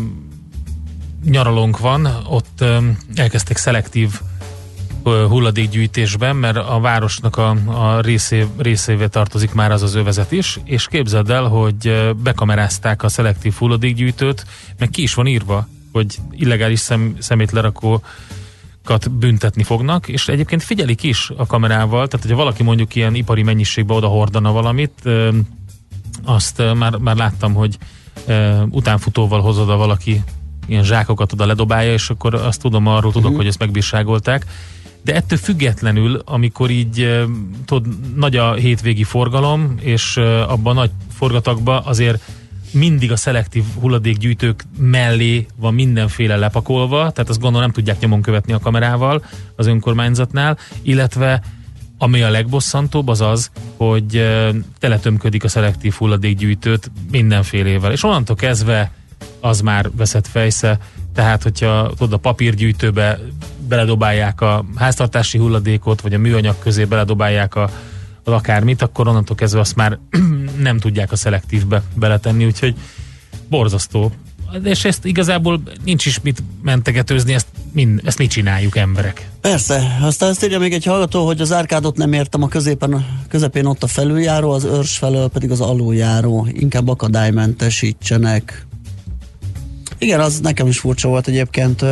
nyaralónk van, ott um, elkezdték szelektív uh, hulladékgyűjtésben, mert a városnak a, a részé, részévé tartozik már az az övezet is, és képzeld el, hogy uh, bekamerázták a szelektív hulladékgyűjtőt, meg ki is van írva, hogy illegális szem, szemétlerakókat büntetni fognak, és egyébként figyelik is a kamerával, tehát hogyha valaki mondjuk ilyen ipari mennyiségbe oda hordana valamit, uh, azt uh, már, már láttam, hogy uh, utánfutóval hoz oda valaki ilyen zsákokat oda ledobálja, és akkor azt tudom, arról tudok, uh-huh. hogy ezt megbírságolták. de ettől függetlenül, amikor így tudod, nagy a hétvégi forgalom, és abban a nagy forgatagban azért mindig a szelektív hulladékgyűjtők mellé van mindenféle lepakolva, tehát azt gondolom nem tudják nyomon követni a kamerával az önkormányzatnál, illetve ami a legbosszantóbb az az, hogy teletömködik a szelektív hulladékgyűjtőt mindenfélével, és onnantól kezdve az már veszett fejsze, tehát hogyha tudod, a papírgyűjtőbe beledobálják a háztartási hulladékot, vagy a műanyag közé beledobálják a, az akármit, akkor onnantól kezdve azt már nem tudják a szelektívbe beletenni, úgyhogy borzasztó. És ezt igazából nincs is mit mentegetőzni, ezt, mind, ezt mi csináljuk, emberek. Persze, aztán ezt írja még egy hallgató, hogy az árkádot nem értem, a középen, közepén ott a felüljáró, az őrs felől pedig az aluljáró, inkább akadálymentesítsenek. Igen, az nekem is furcsa volt egyébként.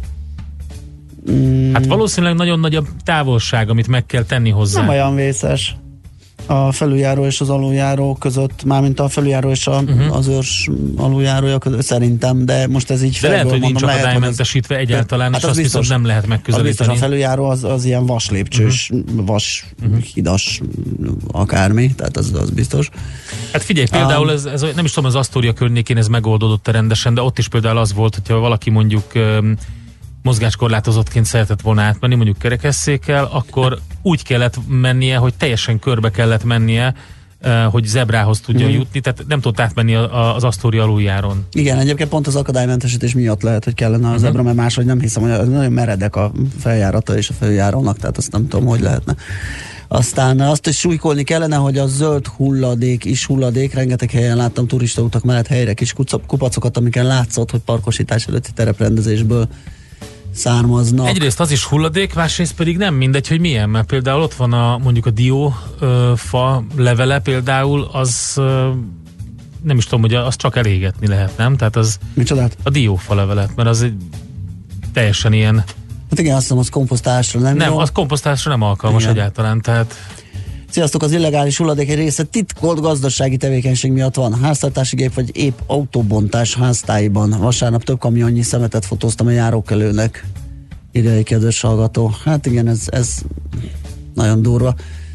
Mm, hát valószínűleg nagyon nagy a távolság, amit meg kell tenni hozzá. Nem olyan vészes a felüljáró és az aluljáró között, mármint a felüljáró és a, uh-huh. az őrs aluljárója között, szerintem, de most ez így de lehet, hogy nincs mondom, akadálymentesítve egyáltalán, hát és azt biztos nem lehet megközelíteni. Az biztos, a felüljáró az, az ilyen vaslépcsős, uh-huh. vas, uh-huh. hidas, akármi, tehát az, az biztos. Hát figyelj, például ez, ez, nem is tudom, az Asztória környékén ez megoldódott rendesen, de ott is például az volt, hogyha valaki mondjuk mozgáskorlátozottként szeretett volna átmenni, mondjuk kerekesszékkel, akkor úgy kellett mennie, hogy teljesen körbe kellett mennie, hogy zebrához tudjon mm. jutni, tehát nem tudott átmenni az Asztória aluljáron. Igen, egyébként pont az akadálymentesítés miatt lehet, hogy kellene a mm-hmm. zebra, mert máshogy nem hiszem, hogy nagyon meredek a feljárata és a feljárónak, tehát azt nem tudom, hogy lehetne. Aztán azt is súlykolni kellene, hogy a zöld hulladék is hulladék, rengeteg helyen láttam turistautak mellett helyre kis kupacokat, amiken látszott, hogy parkosítás előtti tereprendezésből származnak. Egyrészt az is hulladék, másrészt pedig nem mindegy, hogy milyen, mert például ott van a, mondjuk a dió ö, fa levele például, az ö, nem is tudom, hogy az csak elégetni lehet, nem? Tehát az Micsodát? A diófa levelet, mert az egy teljesen ilyen. Hát igen, azt hiszem, az komposztálásra nem Nem, jó. az komposztálásra nem alkalmas igen. egyáltalán, tehát Sziasztok, az illegális hulladék egy része titkolt gazdasági tevékenység miatt van. Háztartási gép vagy épp autóbontás háztáiban. Vasárnap több kamionnyi szemetet fotóztam a járókelőnek. Írja egy kedves hallgató. Hát igen, ez, ez nagyon durva.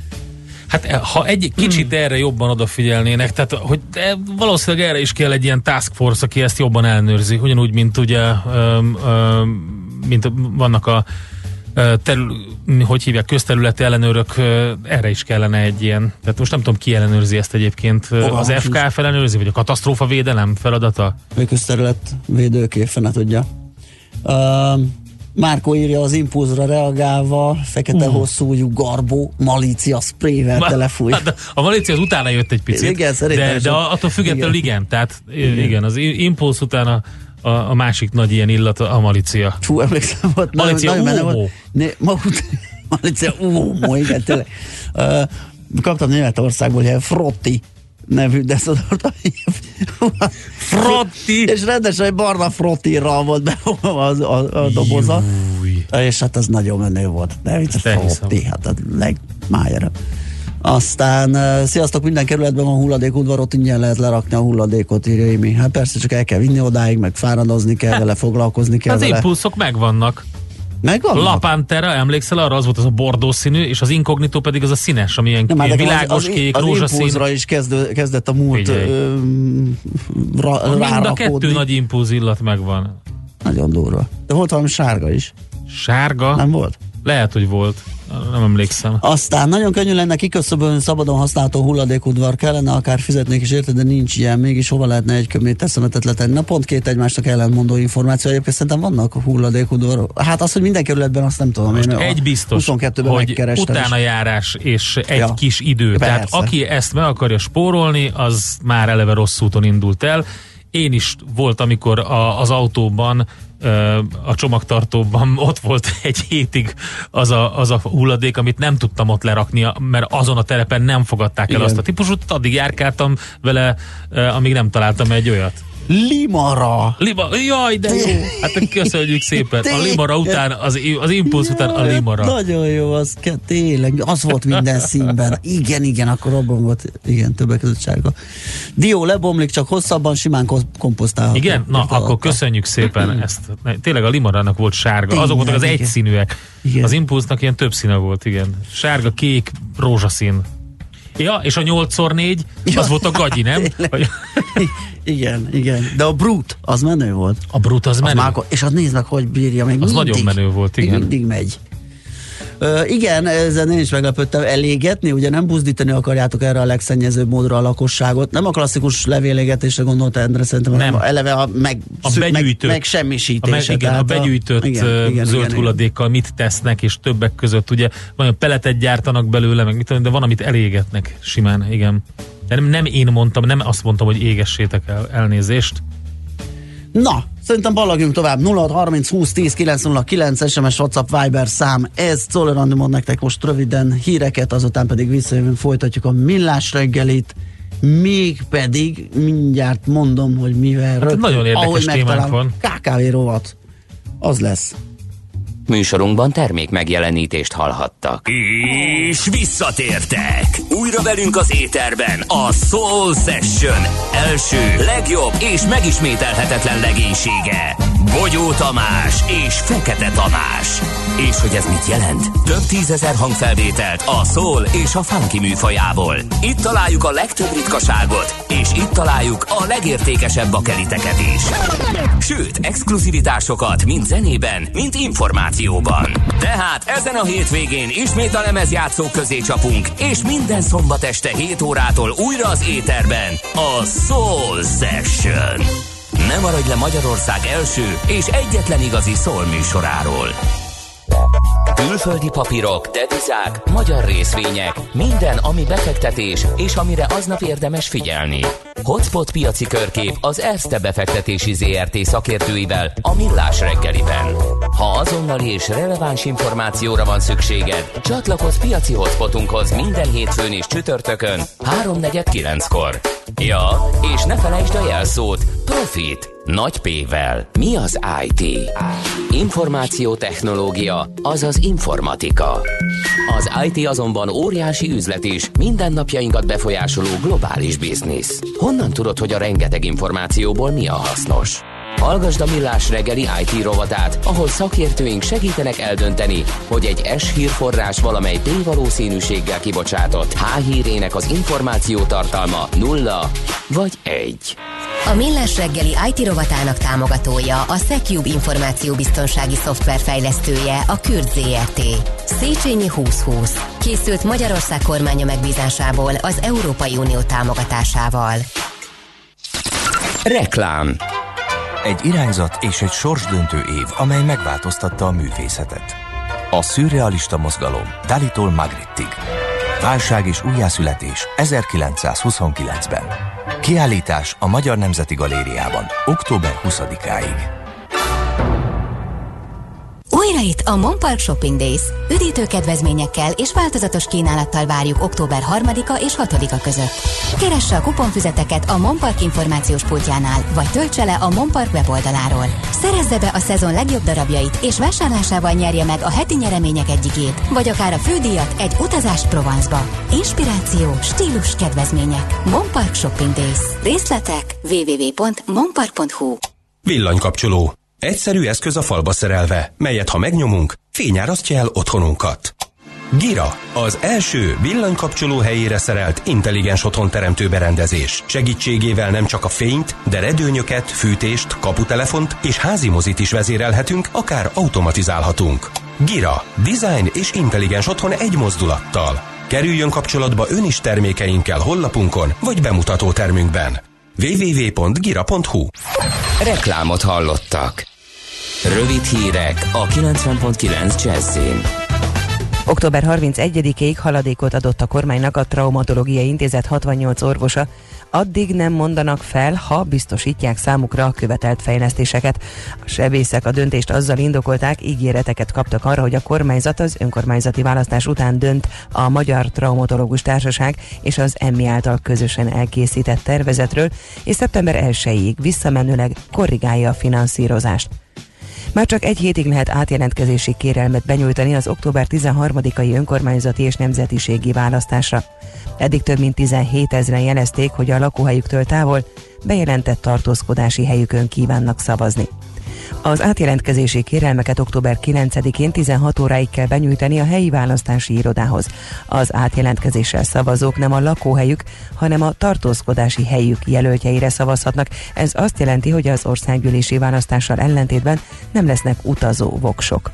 Hát ha egy kicsit hmm. erre jobban odafigyelnének, tehát hogy valószínűleg erre is kell egy ilyen task force, aki ezt jobban ellenőrzi. Ugyanúgy, mint ugye öm, öm, mint vannak a terül, hogy hívják, közterületi ellenőrök, erre is kellene egy ilyen, tehát most nem tudom, ki ellenőrzi ezt egyébként, oh, az ef ká ef ellenőrzi, vagy a katasztrófavédelem feladata? Vagy közterület védőké, fene tudja. Uh, Márko írja az impulzra reagálva, fekete uh. hosszújú garbó, malícia sprével Ma, telefúj. A malícia az utána jött egy picit, igen, de, de attól függetlenül igen. igen, tehát igen, igen az impulz utána A, a másik nagy ilyen illat a malícia. Fú, emlékszem, volt malícia uómó. Malícia uómó, igen, tényleg. Uh, kaptam Németországból ilyen Frotti nevű, de szóval Frotti! És rendesen egy barna Frottirral volt be a, a, a doboza. Júj. És hát az nagyon menő volt. De itt a Frotti, hát a legmájára. Aztán, uh, sziasztok, minden kerületben van hulladékudvar, ott ingyen lehet lerakni a hulladékot, írja Imi. Hát persze, csak el kell vinni odáig, meg fáradozni kell vele, foglalkozni kell az vele. Az impulszok megvannak. Megvannak? La Pantera, emlékszel arra, az volt az a bordó színű, és az Incognito pedig az a színes, ami ilyen ja, világos, az, az, kék, az rózsaszín. Az impulzra is kezd, kezdett a múlt ö, ra, mind a kettő nagy impulz illat megvan. Nagyon durva. De volt valami sárga is. Sárga? Nem volt? Lehet, hogy volt. Nem emlékszem. Aztán nagyon könnyű lenne kiköszöbölni szabadon használható hulladékudvar, kellene akár fizetnék is érte, de nincs ilyen, mégis hova lehetne egy köbméter szemetet letenni. Na pont két egymásnak ellentmondó információ, egyébként szerintem vannak hulladékudvar. Hát az, hogy minden kerületben, azt nem tudom. Most én egy biztos, hogy utána járás és egy ja, kis idő. Persze. Tehát aki ezt meg akarja spórolni, az már eleve rossz úton indult el. Én is volt, amikor a, az autóban, a csomagtartóban ott volt egy hétig az a, az a hulladék, amit nem tudtam ott lerakni, mert azon a terepen nem fogadták el igen. azt a típusút, addig járkáltam vele, amíg nem találtam egy olyat. Limara. Lima, jaj, de jó. Hát köszönjük szépen. A Limara után, az, az Impulsz után a Limara. Nagyon jó, az tényleg, az volt minden színben. Igen, igen, akkor abban volt, igen, többek között sárga. Dió lebomlik, csak hosszabban, simán komposztálható. Igen? Na, akkor alatta. Köszönjük szépen ezt. Tényleg a Limarának volt sárga. Tényleg, azok voltak az igen. egyszínűek. Igen. Az Impulsznak ilyen több színe volt, igen. Sárga, kék, rózsaszín. Ja, és a nyolc szor négy, ja, az volt a gagyi, nem? Igen, igen. De a Brut, az menő volt. A Brut az, az menő. Már, és az nézd meg, hogy bírja még az mindig. Az nagyon menő volt, igen. Mindig megy. Uh, igen, ezen én is meglepődtem, elégetni, ugye nem buzdítani akarjátok erre a legszennyezőbb módra a lakosságot. Nem a klasszikus levélégetésre gondolta Endre, szerintem, nem. eleve a, meg, a szü- begyűjtött, meg, meg semmisítése. A, igen, a begyűjtött igen, igen, zöld igen, hulladékkal igen. mit tesznek, és többek között ugye olyan peletet gyártanak belőle, meg mit tudom, de van, amit elégetnek simán, igen. De nem, nem én mondtam, nem azt mondtam, hogy égessétek el, elnézést. Na, szerintem ballagjunk tovább. nulla harminc húsz tíz kilenc nulla kilenc es em es, WhatsApp, Viber szám. Ez Czoller Andi mond nektek most röviden híreket, azután pedig visszajövünk, folytatjuk a millás reggelit. Még pedig mindjárt mondom, hogy mivel hát nagyon érdekes témánk van. ká ká vé rovat. Az lesz. Műsorunkban termék megjelenítést hallhattak. És visszatértek! Újra velünk az éterben a Soul Session első, legjobb és megismételhetetlen legénysége. Bogyó Tamás és Fekete Tamás. És hogy ez mit jelent? Több tízezer hangfelvételt a soul és a funky műfajából. Itt találjuk a legtöbb ritkaságot, és itt találjuk a legértékesebb bakeliteket is. Sőt, exkluzivitásokat mind zenében, mind információban. Tehát ezen a hétvégén ismét a lemezjátszók közé csapunk, és minden szombat este hét órától újra az éterben a Soul Session. Ne maradj le Magyarország első és egyetlen igazi soul műsoráról. Külföldi papírok, devizák, magyar részvények, minden, ami befektetés, és amire aznap érdemes figyelni. Hotspot piaci körkép az Erste befektetési zé er té szakértőivel a Millás reggeliben. Ha azonnali és releváns információra van szükséged, csatlakozz piaci hotspotunkhoz minden hétfőn és csütörtökön háromnegyed kilenckor. Ja, és ne felejtsd a jelszót Profit nagy P-vel. Mi az i té? Információtechnológia, azaz informatika. Az i té azonban óriási üzlet is, mindennapjainkat befolyásoló globális biznisz. Honnan tudod, hogy a rengeteg információból mi a hasznos? Hallgasd a Millás reggeli i té rovatát, ahol szakértőink segítenek eldönteni, hogy egy S hírforrás valamely P-valószínűséggel kibocsátott H-hírének az információ tartalma nulla vagy egy. A Millás reggeli i té rovatának támogatója a Secube információbiztonsági szoftver fejlesztője, a Kürt zé er té. Széchenyi húsz húsz. Készült Magyarország kormánya megbízásából az Európai Unió támogatásával. Reklám. Egy irányzat és egy sorsdöntő év, amely megváltoztatta a művészetet. A szürrealista mozgalom Dalitól Magrittig. Válság és újjászületés ezerkilencszázhuszonkilencben. Kiállítás a Magyar Nemzeti Galériában október huszadikáig. Újra itt a Mon Park Shopping Days. Üdítő kedvezményekkel és változatos kínálattal várjuk október harmadika és hatodika között. Keresse a kuponfüzeteket a Mon Park információs pultjánál, vagy töltse le a Mon Park weboldaláról. Szerezze be a szezon legjobb darabjait, és vásárlásával nyerje meg a heti nyeremények egyikét, vagy akár a fődíjat, egy utazást Provence-ba. Inspiráció, stílus, kedvezmények. Mon Park Shopping Days. Részletek double-u double-u double-u pont monpark pont hu. Villanykapcsoló. Egyszerű eszköz a falba szerelve, melyet ha megnyomunk, fényárasztja el otthonunkat. Gira, az első villanykapcsoló helyére szerelt intelligens otthonteremtő berendezés. Segítségével nem csak a fényt, de redőnyöket, fűtést, kaputelefont és házimozit is vezérelhetünk, akár automatizálhatunk. Gira, design és intelligens otthon egy mozdulattal. Kerüljön kapcsolatba ön is termékeinkkel honlapunkon vagy bemutató termünkben. double-u double-u double-u pont gira pont hu. Reklámot hallottak. Rövid hírek a kilencven pont kilenc Jazzin. október harmincegyedikéig haladékot adott a kormánynak a Traumatológiai Intézet hatvannyolc orvosa addig nem mondanak fel, ha biztosítják számukra a követelt fejlesztéseket. A sebészek a döntést azzal indokolták, ígéreteket kaptak arra, hogy a kormányzat az önkormányzati választás után dönt a Magyar Traumatológus Társaság és az emmi által közösen elkészített tervezetről, és szeptember elsejéig visszamenőleg korrigálja a finanszírozást. Már csak egy hétig lehet átjelentkezési kérelmet benyújtani az október tizenharmadikai önkormányzati és nemzetiségi választásra. Eddig több mint tizenhétezren jelezték, hogy a lakóhelyüktől távol bejelentett tartózkodási helyükön kívánnak szavazni. Az átjelentkezési kérelmeket október kilencedikén tizenhat óráig kell benyújtani a helyi választási irodához. Az átjelentkezéssel szavazók nem a lakóhelyük, hanem a tartózkodási helyük jelöltjeire szavazhatnak. Ez azt jelenti, hogy az országgyűlési választással ellentétben nem lesznek utazó voksok.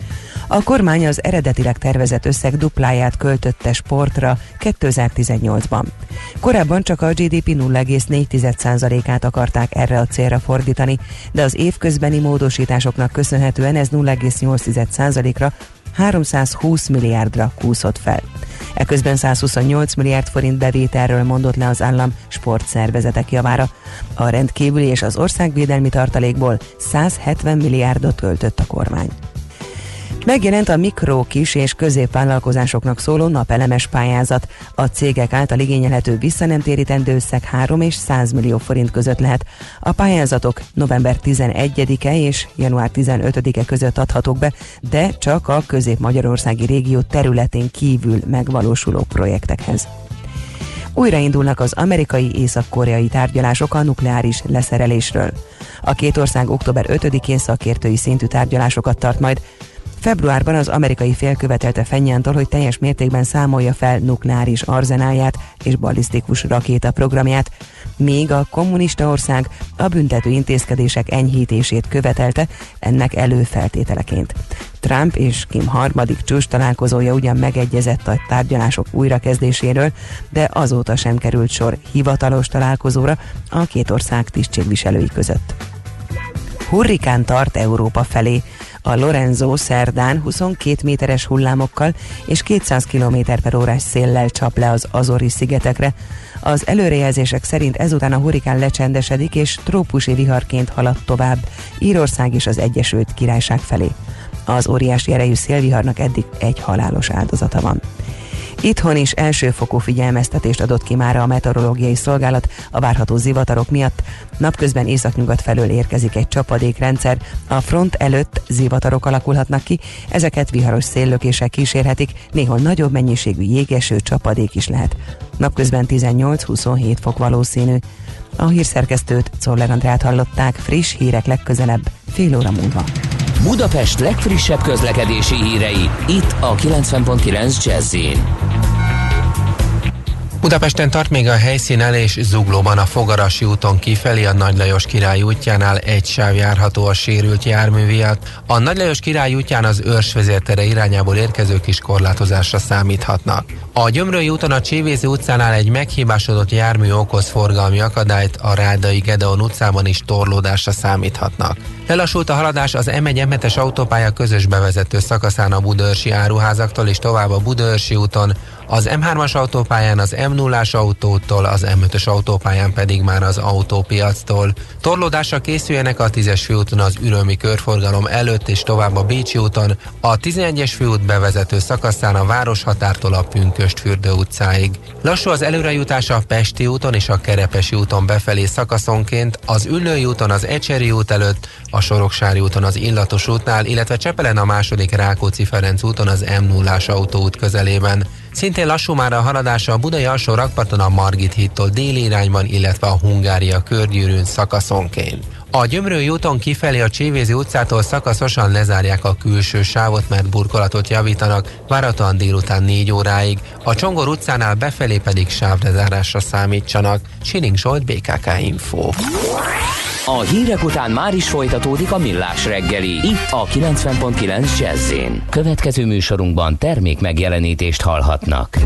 A kormány az eredetileg tervezett összeg dupláját költötte sportra kétezer-tizennyolcban. Korábban csak a gé dé pé nulla egész négy százalékát akarták erre a célra fordítani, de az évközbeni módosításoknak köszönhetően ez nulla egész nyolc százalékra, háromszázhúsz milliárdra kúszott fel. Eközben százhuszonnyolc milliárd forint bevételről mondott le az állam sportszervezetek javára. A rendkívüli és az országvédelmi tartalékból százhetven milliárdot költött a kormány. Megjelent a mikro, kis és középvállalkozásoknak szóló napelemes pályázat. A cégek által igényelhető visszanemtérítendő összeg három és száz millió forint között lehet. A pályázatok november tizenegyedike és január tizenötödike között adhatók be, de csak a közép-magyarországi régió területén kívül megvalósuló projektekhez. Újraindulnak az amerikai-észak-koreai tárgyalások a nukleáris leszerelésről. A két ország október ötödikén szakértői szintű tárgyalásokat tart majd. Februárban az amerikai fél követelte Pjongjangtól, hogy teljes mértékben számolja fel nukleáris arzenálját és ballisztikus rakéta programját, míg a kommunista ország a büntető intézkedések enyhítését követelte ennek előfeltételeként. Trump és Kim harmadik csúcs találkozója ugyan megegyezett a tárgyalások újrakezdéséről, de azóta sem került sor hivatalos találkozóra a két ország tisztségviselői között. Hurrikán tart Európa felé. A Lorenzo szerdán huszonkét méteres hullámokkal és kétszáz kilométer per órás széllel csap le az Azori-szigetekre. Az előrejelzések szerint ezután a hurrikán lecsendesedik és trópusi viharként halad tovább Írország és az Egyesült Királyság felé. Az óriási erejű szélviharnak eddig egy halálos áldozata van. Itthon is elsőfokú figyelmeztetést adott ki mára a meteorológiai szolgálat a várható zivatarok miatt. Napközben északnyugat felől érkezik egy csapadékrendszer, a front előtt zivatarok alakulhatnak ki, ezeket viharos széllökések kísérhetik, néhol nagyobb mennyiségű jégeső, csapadék is lehet. Napközben tizennyolc-huszonhét fok valószínű. A hírszerkesztőt, Czoller Andrát hallották, friss hírek legközelebb, fél óra múlva. Budapest legfrissebb közlekedési hírei, itt a kilencven pont kilenc Jazz-in. Budapesten tart még a helyszínen és Zuglóban a Fogarasi úton kifelé a Nagy Lajos Király útjánál egy sáv járható a sérült jármű miatt. A Nagy Lajos Király útján az Őrs vezértere irányából érkezők is korlátozásra számíthatnak. A Gyömrői úton a Csévézi utcánál egy meghibásodott jármű okoz forgalmi akadályt, a Rádai Gedeon utcában is torlódásra számíthatnak. Lelassult a haladás az em egy em hetes autópálya közös bevezető szakaszán a budaörsi áruházaktól és tovább a Budaörsi úton, az em hármas autópályán az em nullás autótól, az em ötös autópályán pedig már az autópiactól. Torlódásra készüljenek a tízes főúton az Ürömi körforgalom előtt és tovább a Bécsi úton, a tizenegyes főút bevezető szakaszán a Városhatártól a Pünkösdfürdő utcáig. Lassú az előrejutás a Pesti úton és a Kerepesi úton befelé szakaszonként, az Üllői úton az Ecseri út előtt, a Soroksári úton az Illatos útnál, illetve Csepelen a második Rákóczi-Ferenc úton az em nullás autóút közelében. Szintén lassú már a haladás a Budai alsó rakparton a Margit hídtól déli irányban, illetve a Hungária körgyűrűn szakaszonként. A Gyömrői úton kifelé a Csévézi utcától szakaszosan lezárják a külső sávot, mert burkolatot javítanak, várhatóan délután négy óráig, a Csongor utcánál befelé pedig sávlezárásra számítsanak. Siling Zsolt, bé ká ká Info. A hírek után már is folytatódik a Millás reggeli, itt a kilencven pont kilenc Jazz-in. Következő műsorunkban termék megjelenítést hallhatnak.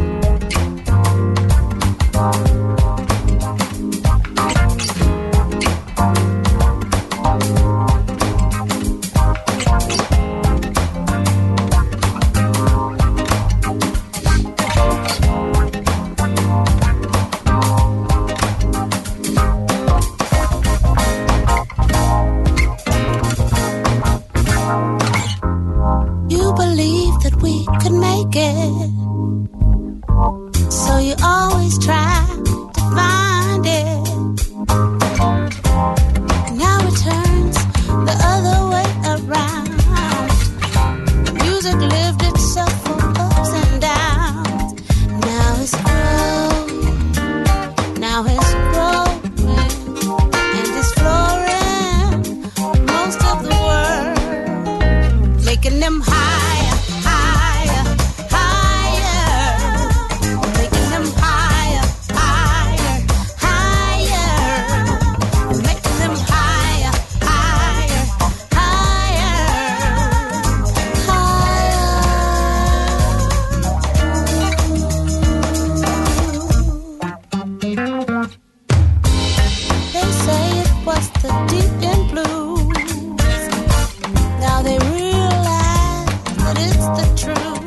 can make it. So you always try to find it. Now it turns the other way around. Music lived itself for ups and downs. Now it's growing, now it's growing, and it's flooring most of the world, making them higher, higher, higher, making them higher, higher, higher, making them higher, higher, higher, higher. They say it was the deep and blues. Now they realize that it's the truth.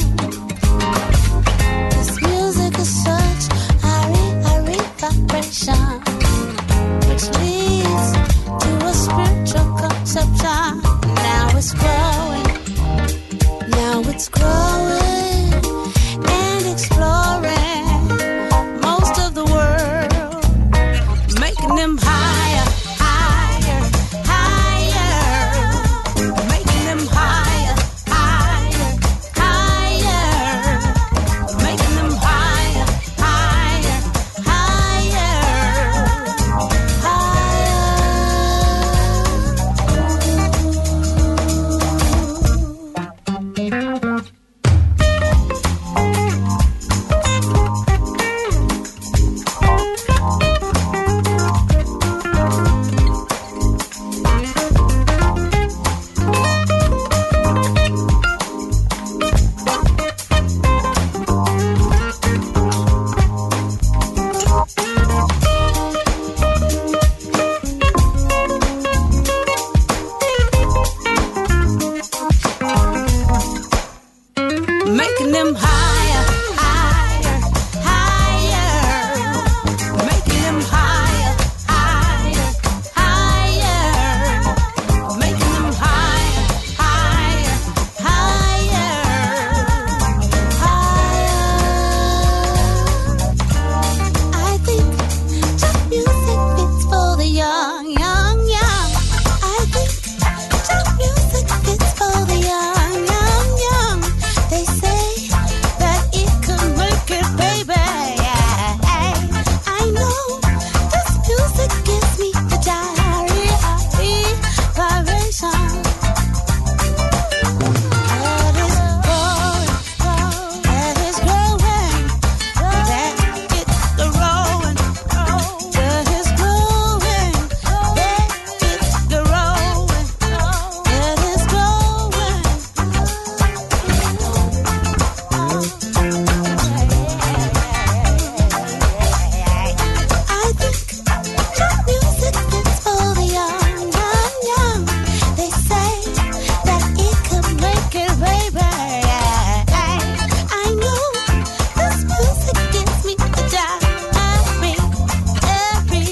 This music is such a re- a re-vibration, which leads to a spiritual conception. Now it's growing, now it's growing and exploring most of the world, making them higher, higher, higher, making them higher, higher, higher, making them higher, higher, making them higher, higher, higher, making them higher, higher, higher, making them higher, higher, higher, higher. I think just music fits for the young, young, young. I think just music fits for the young, young, young. They say that it could make it, baby. I know this music gives me the diary vibration. That is growing, that is growing, that it's growing, that is growing, that it's growing, that is growing. I think just music fits for the young, young, young. They say that it could make it, baby. I know this music gives me the diary, every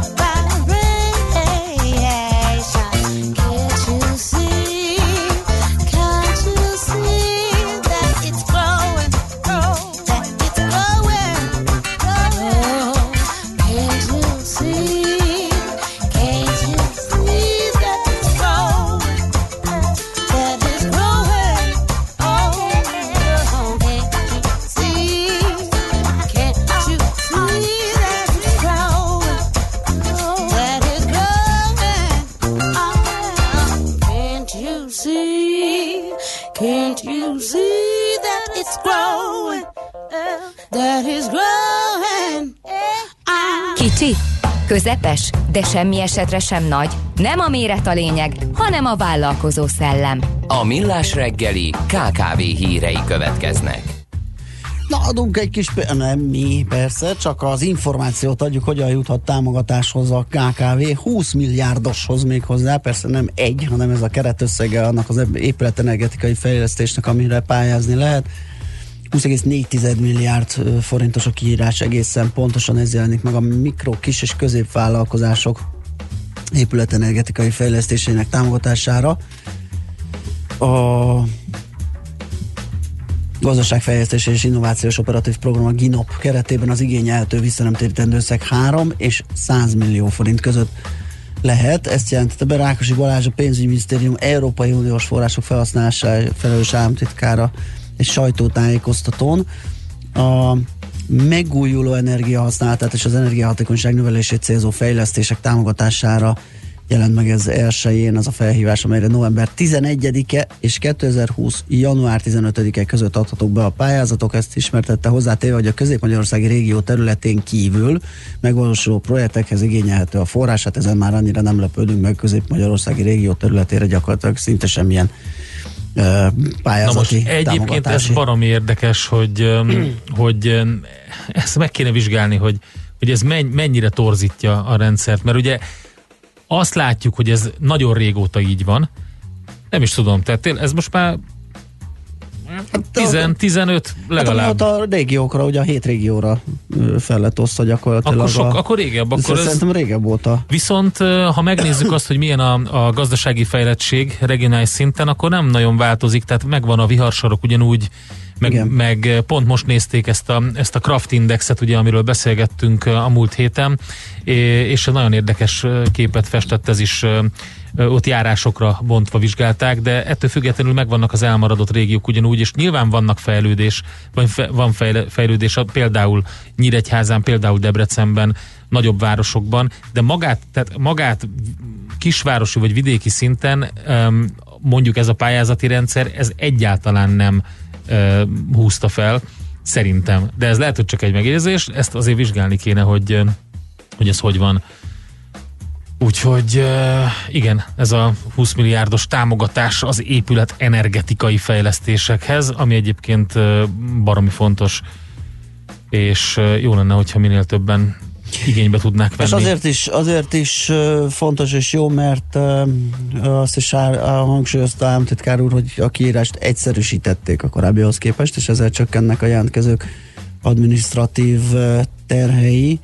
vibration. Can't you see? Can't you see that it's growing? That it's growing. Oh, can't you see? Can't you see that it's growing? That it's growing. Oh, can't you see? Can't you see that it's growing? That it's growing. Oh, can't you see? Can't you see that it's growing? That is growing. Kicsi, közepes, de semmi esetre sem nagy. Nem a méret a lényeg, hanem a vállalkozó szellem. A Millás reggeli ká ká vé hírei következnek. Na, adunk egy kis, nem mi, persze, csak az információt adjuk, hogyan juthat támogatáshoz a ká ká vé, húsz milliárdoshoz még hozzá, persze nem egy, hanem ez a keretösszege annak az épületenergetikai fejlesztésnek, amire pályázni lehet. húsz egész négy milliárd forintos a kiírás, egészen pontosan ez jelenik meg a mikro, kis és középvállalkozások épületenergetikai fejlesztésének támogatására. A Gazdaságfejlesztési és Innovációs Operatív Program, a GINOP keretében az igényelhető visszanemtérítendő összeg három és száz millió forint között lehet. Ezt jelentette be Rákosi Balázs, a Pénzügyminisztérium Európai Uniós források felhasználására felelős államtitkára egy sajtótájékoztatón. A megújuló energiahasználatát és az energiahatékonyság növelését célzó fejlesztések támogatására jelent meg ez elsőjén az a felhívás, amelyre november tizenegyedike és kétezer-húsz. január tizenötödike között adhatók be a pályázatok. Ezt ismertette hozzátéve, hogy a közép-magyarországi régió területén kívül megvalósuló projektekhez igényelhető a forrás. Hát ezen már annyira nem lepődünk meg, közép-magyarországi régió területére gyakorlatilag szinte semmilyen uh, pályázati Na most egyébként ez baromi érdekes, hogy, hogy ezt meg kéne vizsgálni, hogy, hogy ez mennyire torzítja a rendszert, mert ugye azt látjuk, hogy ez nagyon régóta így van. Nem is tudom, tehát ez most már tíz tizenöt legalább. Hát a régiókra, ugye a hét régióra fel lett osztva gyakorlatilag. Akkor, sok, a, akkor régebb. Akkor ez, szerintem régebb óta. Viszont ha megnézzük azt, hogy milyen a, a gazdasági fejlettség regionális szinten, akkor nem nagyon változik, tehát megvan a viharsarok ugyanúgy, meg, meg pont most nézték ezt a, ezt a Kraft Indexet, ugye, amiről beszélgettünk a múlt héten, és nagyon érdekes képet festett ez is, ott járásokra bontva vizsgálták, de ettől függetlenül megvannak az elmaradott régiók ugyanúgy, és nyilván vannak fejlődés, van fejlődés például Nyíregyházán, például Debrecenben, nagyobb városokban, de magát, tehát magát kisvárosi vagy vidéki szinten mondjuk ez a pályázati rendszer, ez egyáltalán nem húzta fel, szerintem. De ez lehet, hogy csak egy megérzés, ezt azért vizsgálni kéne, hogy, hogy ez hogy van. Úgyhogy igen, ez a húsz milliárdos támogatás az épület energetikai fejlesztésekhez, ami egyébként baromi fontos, és jó lenne, hogyha minél többen igénybe tudnák venni. És azért is, azért is fontos és jó, mert azt is hangsúlyozta államtitkár úr, hogy a kiírást egyszerűsítették a korábbihoz képest, és ezzel csökkennek a jelentkezők adminisztratív terhei.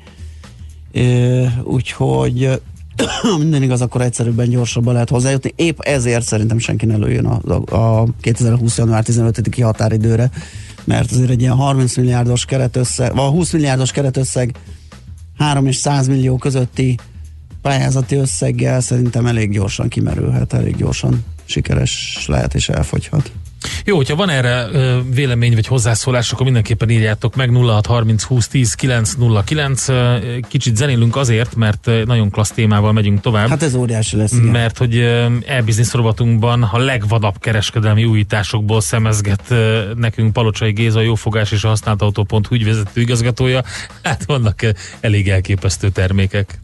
Úgyhogy minden igaz, akkor egyszerűbben, gyorsabban lehet hozzájutni. Épp ezért szerintem senki ne lőjön a, a kétezer-húsz. január tizenötödike határidőre, mert azért egy ilyen harminc milliárdos keretösszeg, vagy húsz milliárdos keretösszeg három és száz millió közötti pályázati összeggel szerintem elég gyorsan kimerülhet, elég gyorsan sikeres lehet és elfogyhat. Jó, hogyha van erre ö, vélemény vagy hozzászólás, akkor mindenképpen írjátok meg nulla hat harminc húsz tíz kilenc nulla kilenc. Kicsit zenélünk azért, mert nagyon klassz témával megyünk tovább. Hát ez óriási lesz, igen. Mert hogy e-business rovatunkban a legvadabb kereskedelmi újításokból szemezget nekünk Palocsai Géza, a Jófogás és a használt autó pont hu ügyvezető igazgatója. Hát vannak elég elképesztő termékek.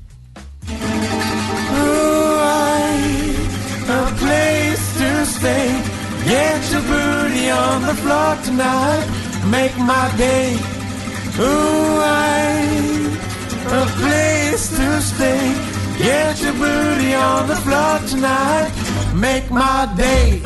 Get your booty on the floor tonight, make my day. Ooh, I, a place to stay. Get your booty on the floor tonight, make my day.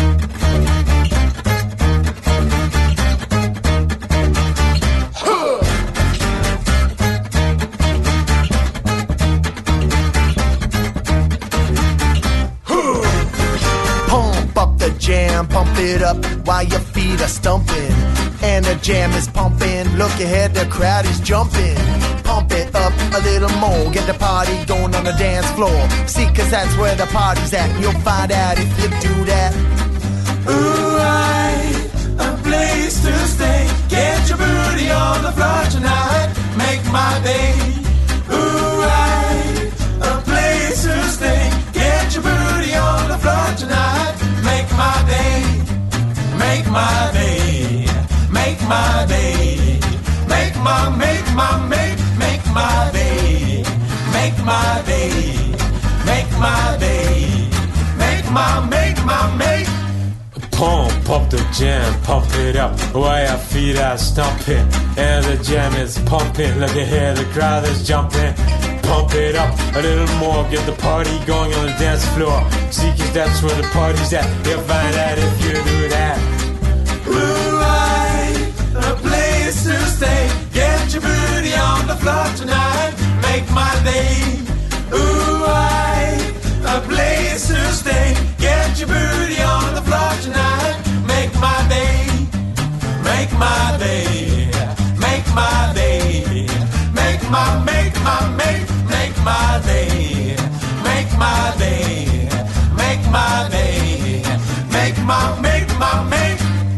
Jam, pump it up while your feet are stumping. And the jam is pumping. Look ahead, the crowd is jumping. Pump it up a little more. Get the party going on the dance floor. See, cause that's where the party's at. You'll find out if you do that. Ooh, I, a place to stay. Get your booty on the floor tonight. Make my day. Ooh, I, a place to stay. Get your booty on the floor tonight. Make my day, make my day, make my day, make my, make my, make, make my day, make my day, make my day, make my, make my, make. Pump up the jam, pump it up while your feet are stomping. And the jam is pumping, look ahead, the crowd is jumping. Pump it up a little more, get the party going on the dance floor. See, cause that's where the party's at. You'll find out if you do that. Ooh, I, a place to stay. Get your booty on the floor tonight. Make my day. Ooh, I, a place to stay. Get your booty on the floor tonight. Make my day. my day, make my day, make my, make my, make, make my day, make my day, make my day, make my, make my, make.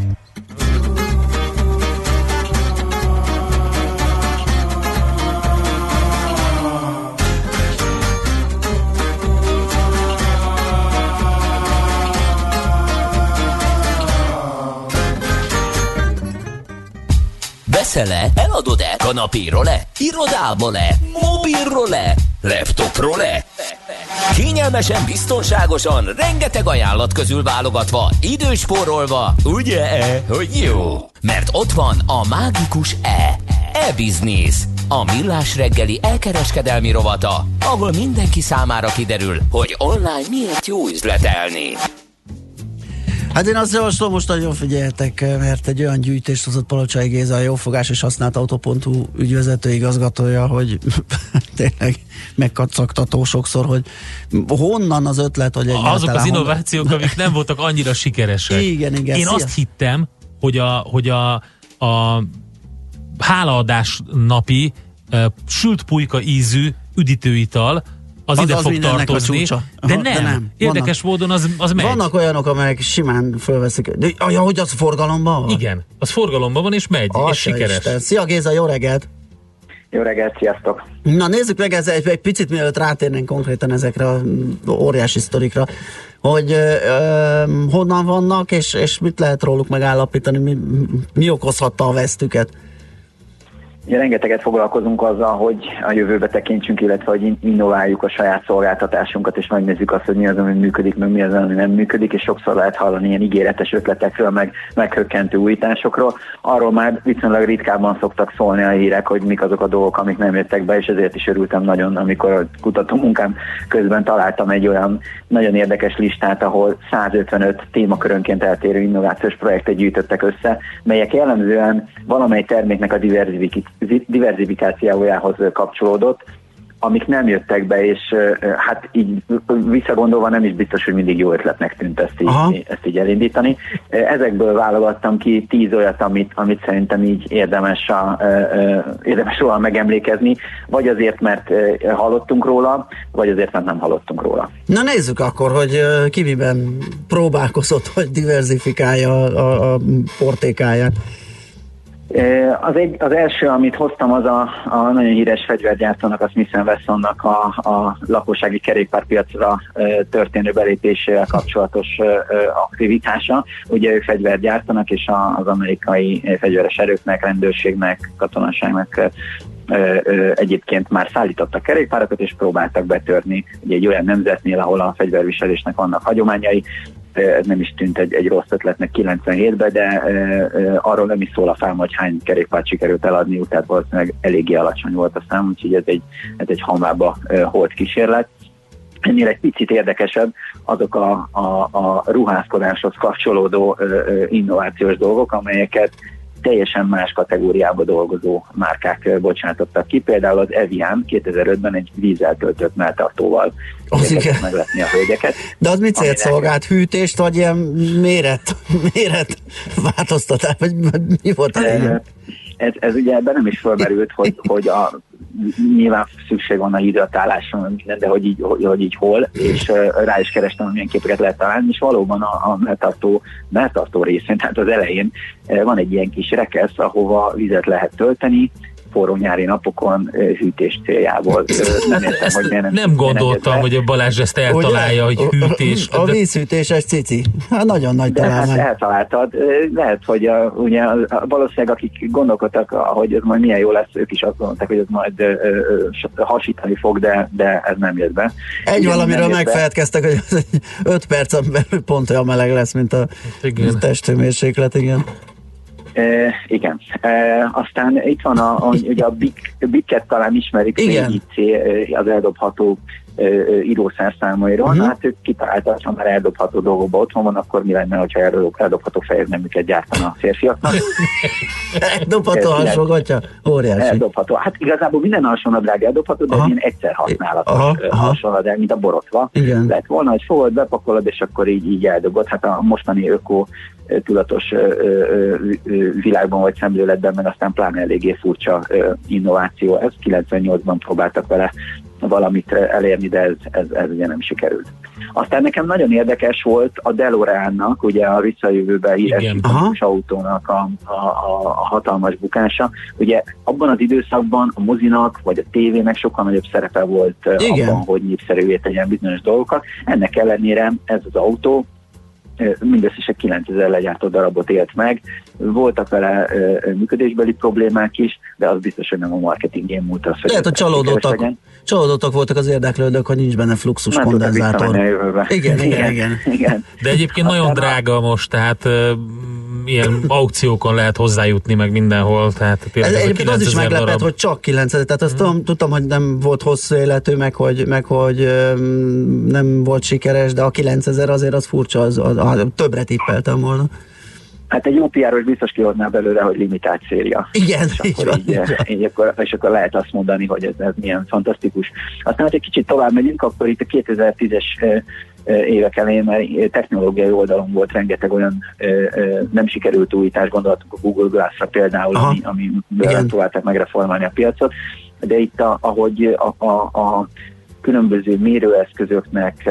Veszel-e? Eladod-e? Kanapéról-e? Irodából-e? Mobilról-e? Laptopról-e? Kényelmesen, biztonságosan, rengeteg ajánlat közül válogatva, időspórolva, ugye-e, hogy jó? Mert ott van a mágikus E. E-Business. A millás reggeli elkereskedelmi rovata, ahol mindenki számára kiderül, hogy online miért jó üzletelni. Hát én azt javaslom, most nagyon figyeltek, mert egy olyan gyűjtést hozott Palocsai Géza, a Jófogás és Használt Autó pont hu ügyvezető igazgatója, hogy tényleg megkacagtató sokszor, hogy honnan az ötlet, hogy egyáltalán... Azok az innovációk, honnan... amik nem voltak annyira sikeresek. Igen, igen. Én szia. azt hittem, hogy a, hogy a, a hálaadás napi uh, sült pulyka ízű üdítőital az, az ide az fog tartozni, de, Aha, nem. de nem. Érdekes vannak, módon az, az megy. Vannak olyanok, amelyek simán fölveszik. De, ja, hogy az forgalomban van? Igen, az forgalomban van és megy, Atya és sikeres. Isten. Szia Géza, jó reggelt! Jó reggelt, sziasztok! Na nézzük meg ez egy, egy picit, mielőtt rátérnénk konkrétan ezekre a óriási sztorikra, hogy ö, ö, honnan vannak, és, és mit lehet róluk megállapítani, mi, mi okozhatta a vesztüket? Ja, rengeteget foglalkozunk azzal, hogy a jövőbe tekintsünk, illetve hogy innováljuk a saját szolgáltatásunkat, és megnézzük azt, hogy mi az, ami működik, meg mi az, ami nem működik, és sokszor lehet hallani ilyen ígéretes ötletekről, meg meghökkentő újításokról. Arról már viszonylag ritkábban szoktak szólni a hírek, hogy mik azok a dolgok, amik nem jöttek be, és ezért is örültem nagyon, amikor a kutatómunkám közben találtam egy olyan nagyon érdekes listát, ahol százötvenöt témakörönként eltérő innovációs projektet gyűjtöttek össze, melyek jellemzően valamely terméknek a diverzifikációjához kapcsolódott, amik nem jöttek be, és hát így visszagondolva nem is biztos, hogy mindig jó ötletnek tűnt ezt így, ezt így elindítani. Ezekből válogattam ki tíz olyat, amit, amit szerintem így érdemes, a, érdemes róla megemlékezni, vagy azért, mert hallottunk róla, vagy azért, mert nem hallottunk róla. Na nézzük akkor, hogy ki miben próbálkozott, hogy diverzifikálja a, a portékáját. Az, egy, az első, amit hoztam, az a, a nagyon híres fegyvergyártónak, a Smith and Wessonnak a, a lakossági kerékpárpiacra történő belépésével kapcsolatos aktivitása. Ugye ők fegyvert gyártanak, és az amerikai fegyveres erőknek, rendőrségnek, katonaságnak egyébként már szállítottak kerékpárokat, és próbáltak betörni ugye egy olyan nemzetnél, ahol a fegyverviselésnek vannak hagyományai. Ez nem is tűnt egy, egy rossz ötletnek kilencvenhétben, de e, e, arról nem is szól a fám, hogy hány kerékpárt sikerült eladni, tehát valószínűleg eléggé alacsony volt a szám, úgyhogy ez egy, ez egy hamvába e, holt kísérlet. Ennél egy picit érdekesebb azok a, a, a ruházkodáshoz kapcsolódó e, e, innovációs dolgok, amelyeket teljesen más kategóriába dolgozó márkák bocsátottak ki. Például az Evian kétezer-ötben egy vízzel töltött melltartóval meglepni a hölgyeket. De az mit célt szolgált? Hűtést, vagy ilyen méret, méret változtatás? Vagy mi volt a lényeg? Ez, ez ugye ebben nem is fölmerült, hogy, hogy a, nyilván szükség van a hidratálásra, de hogy így, hogy, hogy így hol, és uh, rá is kerestem, hogy milyen képeket lehet találni, és valóban a, a melltartó, melltartó részén, tehát az elején uh, van egy ilyen kis rekesz, ahova vizet lehet tölteni, forró nyári napokon hűtés céljából. Nem, értem, hogy nem, nem gondoltam, hogy a Balázs ezt eltalálja, ugye, hogy hűtés. A, a vízhűtéses cici. Hát nagyon nagy találmány. De hát eltaláltad. Lehet, hogy a, ugye, a, valószínűleg akik gondolkodtak, hogy ez majd milyen jó lesz, ők is azt gondolták, hogy ez majd ö, ö, hasítani fog, de, de ez nem jött be. Egy igen, valamiről megfeledkeztek, hogy az öt percen belül pont olyan meleg lesz, mint a testhőmérséklet, igen. E, igen. E, aztán itt van a, a, ugye a Bic, Bicet talán ismerik, az az eldobható írószerszámairól, uh-huh. hát ők kitaláltak, ha már eldobható dolgokba otthon van, akkor mi lenne, hogyha eldob, eldobható fehér neműket gyártana a férfiaknak. Eldobható alsógatya? Óriási. Eldobható. Hát igazából minden alsónadrág eldobható, de ilyen egyszer használatos alsónadrág, mint a borotva. Igen. Lehet volna, hogy fogod, bepakolod, és akkor így, így eldobod. Hát a mostani öko tudatos világban vagy szemléletben, meg aztán pláne eléggé furcsa innováció. Ez kilencvennyolcban próbáltak vele valamit elérni, de ez, ez, ez ugye nem sikerült. Aztán nekem nagyon érdekes volt a DeLoreannak, ugye a visszajövőben híres autónak a, a, a, a hatalmas bukása. Ugye abban az időszakban a mozinak vagy a tévének sokkal nagyobb szerepe volt Igen. abban, hogy népszerűvé tegyen bizonyos dolgokat. Ennek ellenére ez az autó mindössze kilencezer legyártott darabot élt meg. Voltak vele uh, működésbeli problémák is, de az biztos, hogy nem a marketingén múlt az, hogy lehet, hogy csalódottak, csalódottak voltak az érdeklődők, hogy nincs benne fluxus nem kondenzátor. Igen, igen, igen, igen, igen. De egyébként aztán nagyon drága most, tehát uh, ilyen aukciókon lehet hozzájutni, meg mindenhol. Tehát ez egyébként az is meglepett, darab. Hogy csak kilencezer, tehát azt hmm. tudom, tudtam, hogy nem volt hosszú életű, meg hogy, meg hogy um, nem volt sikeres, de a kilencezer azért az furcsa, az, az, az, többre tippeltem volna. Hát egy jó pé er-os biztos kihozná belőle, hogy limitált széria. Igen, és így, akkor így, így akkor, és akkor lehet azt mondani, hogy ez, ez milyen fantasztikus. Aztán, hogy egy kicsit tovább megyünk, akkor itt a kétezer-tízes évek elején már technológiai oldalon volt rengeteg olyan nem sikerült újítás, gondolatunk a Google Glass-ra például, Aha. ami, ami próbálták megreformálni a piacot, de itt a, ahogy a, a, a különböző mérőeszközöknek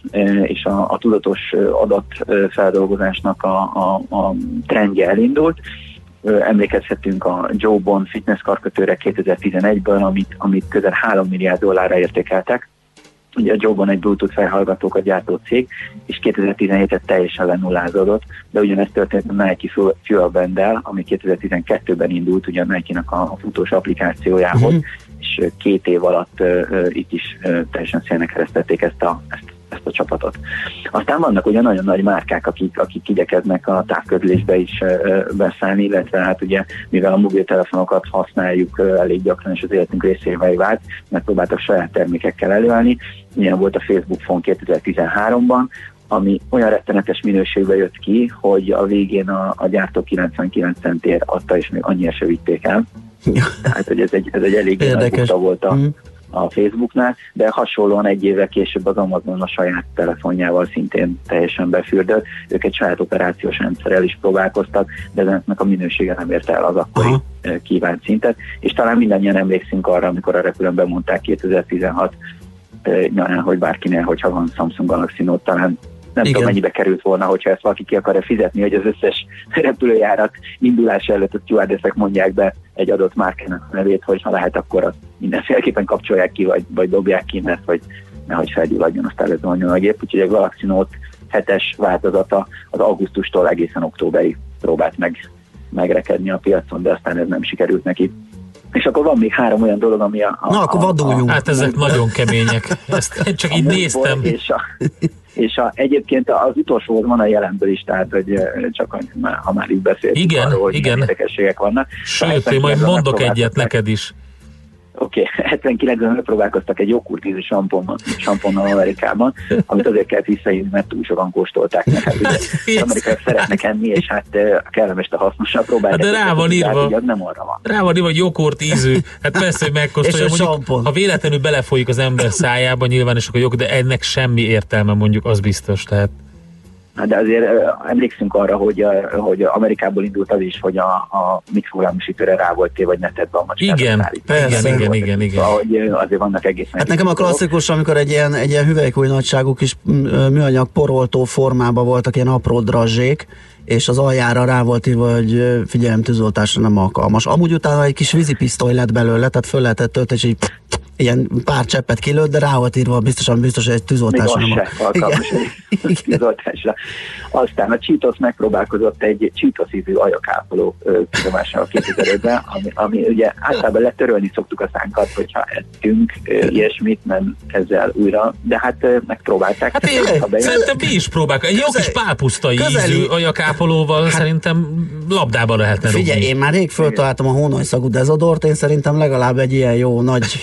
és a, a tudatos adatfeldolgozásnak a, a, a trendje elindult. Emlékezhetünk a Jawbone fitness karkötőre kétezer-tizenegyből, amit, amit közel három milliárd dollárra értékeltek. Ugye a Jawbone egy Bluetooth fejhallgatókat gyártó cég, és kétezer-tizenhétet teljesen lenullázódott, de ugyanezt történt a Nike Fuel Banddel, ami kétezer-tizenkettőben indult, ugye a Nike-nak a futós applikációjához, mm-hmm. és két év alatt uh, uh, itt is uh, teljesen szélnek keresztették ezt a, ezt, ezt a csapatot. Aztán vannak ugye nagyon nagy márkák, akik, akik igyekeznek a távközlésbe is uh, beszállni, illetve hát ugye, mivel a mobiltelefonokat használjuk uh, elég gyakran, és az életünk részévé vált, megpróbáltak saját termékekkel előállni. Ilyen volt a Facebook Phone kétezer-tizenháromban, ami olyan rettenetes minőségben jött ki, hogy a végén a, a gyártó kilencvenkilenc centért adta, és még annyira se vitték el. Tehát, hogy ez egy, ez egy elég nagy bukta volt a, mm. a Facebooknál, de hasonlóan egy évvel később az Amazon a saját telefonjával szintén teljesen befürdött. Ők egy saját operációs rendszerrel is próbálkoztak, de ennek a minősége nem érte el az akkori Aha. kívánt szintet, és talán mindannyian emlékszünk arra, amikor a repülőn bemondták kétezer-tizenhat nyarán, hogy bárkinél, hogyha van Samsung Galaxy Note, talán nem Igen. tudom, mennyibe került volna, hogyha ezt valaki ki akarja fizetni, hogy az összes repülőjárat indulás előtt a stewardessek mondják be egy adott márkának a nevét, hogy ha lehet, akkor azt mindenféleképpen kapcsolják ki, vagy, vagy dobják ki, mert hogy nehogy felgyulladjon, aztán lezonjon a gép. Úgyhogy a Galaxy Note hetes változata az augusztustól egészen októberig próbált meg megrekedni a piacon, de aztán ez nem sikerült neki. És akkor van még három olyan dolog, ami a... a Na, akkor vaduljunk. Hát ezek nagyon kemények. Ezt csak így néztem. És, a, és a, egyébként az utolsó van a jelenből is, tehát hogy csak ha már így beszéltünk igen, arról, hogy igen. érdekességek vannak. Sőt, én majd mondok egyet neked is. Oké, okay. hetvenkilencben megpróbálkoztak egy joghurtízű samponnal, samponnal Amerikában, amit azért kellett visszahívni, mert túl sokan kóstolták meg. Hát, ugye, az amerikaiak szeretnek enni, és hát kellemes a hasznosan próbálják. De rá van írva, hát, nem arra van. Rá van írva, hogy joghurt ízű. Hát persze, hogy megkóstolja. Mondjuk, ha véletlenül belefolyik az ember szájába, nyilván is akkor jog, de ennek semmi értelme, mondjuk, az biztos. Tehát de azért emlékszünk arra, hogy, hogy Amerikából indult az is, hogy a, a mikrohullámosítőre rá volt téve, vagy netetbe a macskát. Igen, persze, igen, igen, igen, igen. Ahogy azért vannak egészen... Hát nekem a klasszikus, amikor egy ilyen, egy ilyen hüvelykúj nagyságú kis műanyag poroltó formában voltak ilyen apró drazsék, és az aljára rá volt írva, hogy figyelem, tűzoltásra nem alkalmas. Amúgy utána egy kis vízipisztoly lett belőle, tehát föl lehetett tölteni, és így ilyen pár cseppet kilőtt, de rá volt írva, biztosan biztos, hogy egy tűzoltásra nem alkalmas. Egy tűzoltásra. Aztán a Cheetos megpróbálkozott egy Cheetos ízű ajakápoló tudomással kétezer-ötben, ami, ami ugye általában letörölni szoktuk a szánkat, hogyha ettünk ilyesmit, nem ezzel újra, de hát megpróbálták. Hát én szerintem mi is próbáljuk. Egy jó kis pálpusztai ízű ajakápolóval hát, szerintem labdába lehetne rúgni. Figyelj, én már rég föltaláltam a hónajszagú dezodort, én szerintem legalább egy ilyen jó nagy ívű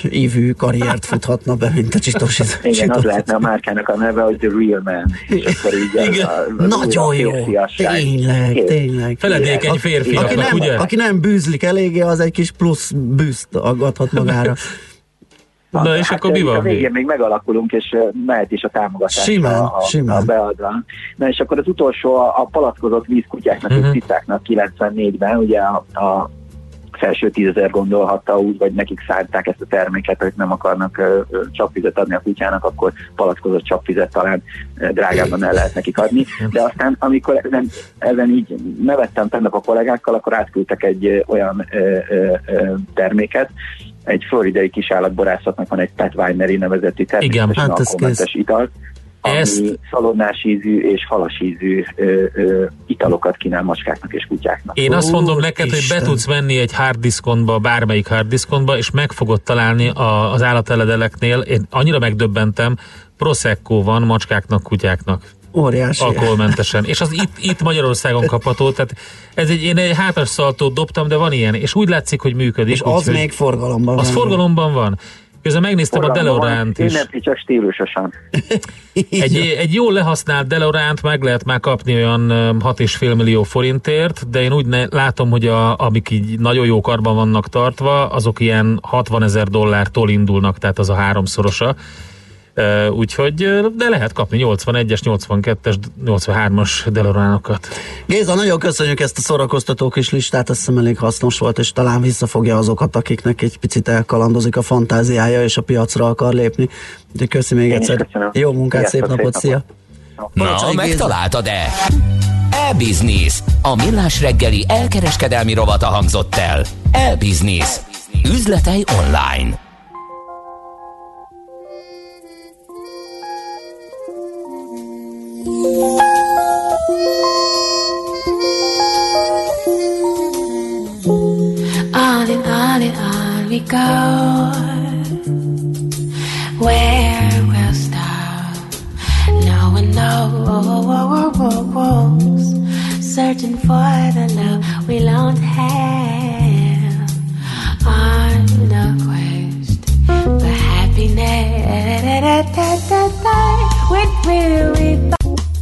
nevű karriert futhatna be, mint a csitos. Igen, az lehetne a márkának a neve, hogy The Real Man. És akkor így a, a, nagyon jó, tényleg, Hé. tényleg. Feledékeny férfiaknak, aki nem, ugye? Aki nem bűzlik eléggé, az egy kis plusz bűzt aggathat magára. Na, Na és hát akkor mi van? A végén még megalakulunk, és mehet is a támogatás simán, a, a, simán. a beadva. Na és akkor az utolsó a, a palackozott vízkutyáknak uh-huh. és cicáknak kilencvennégyben, ugye a, a felső tízezer gondolhatta úgy, vagy nekik szánták ezt a terméket, hogy nem akarnak ö, ö, csapvizet adni a kutyának, akkor palackozott csapvizet talán ö, drágában el lehet nekik adni. De aztán, amikor ezen, ezen így nevettem tegnap a kollégákkal, akkor átküldtek egy ö, olyan ö, ö, ö, terméket, egy floridai kisállatborászatnak van egy Pet Winery nevezeti természetesen hát alkoholmentes ital, ami Ezt... szalonnás ízű és halas ízű ö, ö, italokat kínál macskáknak és kutyáknak. Én azt mondom Ó, neked, Isten. hogy be tudsz menni egy hard diskontba, bármelyik hard diskontba, és meg fogod találni a, az állateledeleknél, én annyira megdöbbentem, Prosecco van macskáknak, kutyáknak. Óriási. Alkoholmentesen. És az itt, itt Magyarországon kapható, tehát ez egy, én egy hátas szaltót dobtam, de van ilyen, és úgy látszik, hogy működik. És az úgy, még forgalomban az van. Az forgalomban van. Közben megnéztem a DeLoreant is. Én nem, csak stílusosan. Egy, egy jól lehasznált DeLoreant meg lehet már kapni olyan hat és fél millió forintért, de én úgy ne, látom, hogy a, amik így nagyon jó karban vannak tartva, azok ilyen hatvanezer dollártól indulnak, tehát az a háromszorosa. Uh, úgyhogy, de lehet kapni nyolcvanegyes, nyolcvankettes, nyolcvanhármas DeLoreanokat. Géza, nagyon köszönjük ezt a szórakoztató kis listát, azt hiszem elég hasznos volt, és talán visszafogja azokat, akiknek egy picit elkalandozik a fantáziája, és a piacra akar lépni. De köszi még egyszer. Jó munkát, szép napot, szia! Na, megtaláltad-e? E-Business. A millás reggeli elkereskedelmi rovata hangzott el. E-Business. Üzletei online. On and on and on we go. Where we'll stop, no one knows. Searching for the love we don't have. On the quest for happiness. When will we find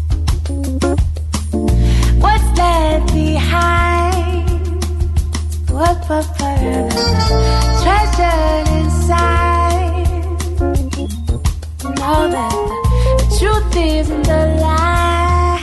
what's left behind? What, what, what treasured inside? Know that the truth isn't the lie.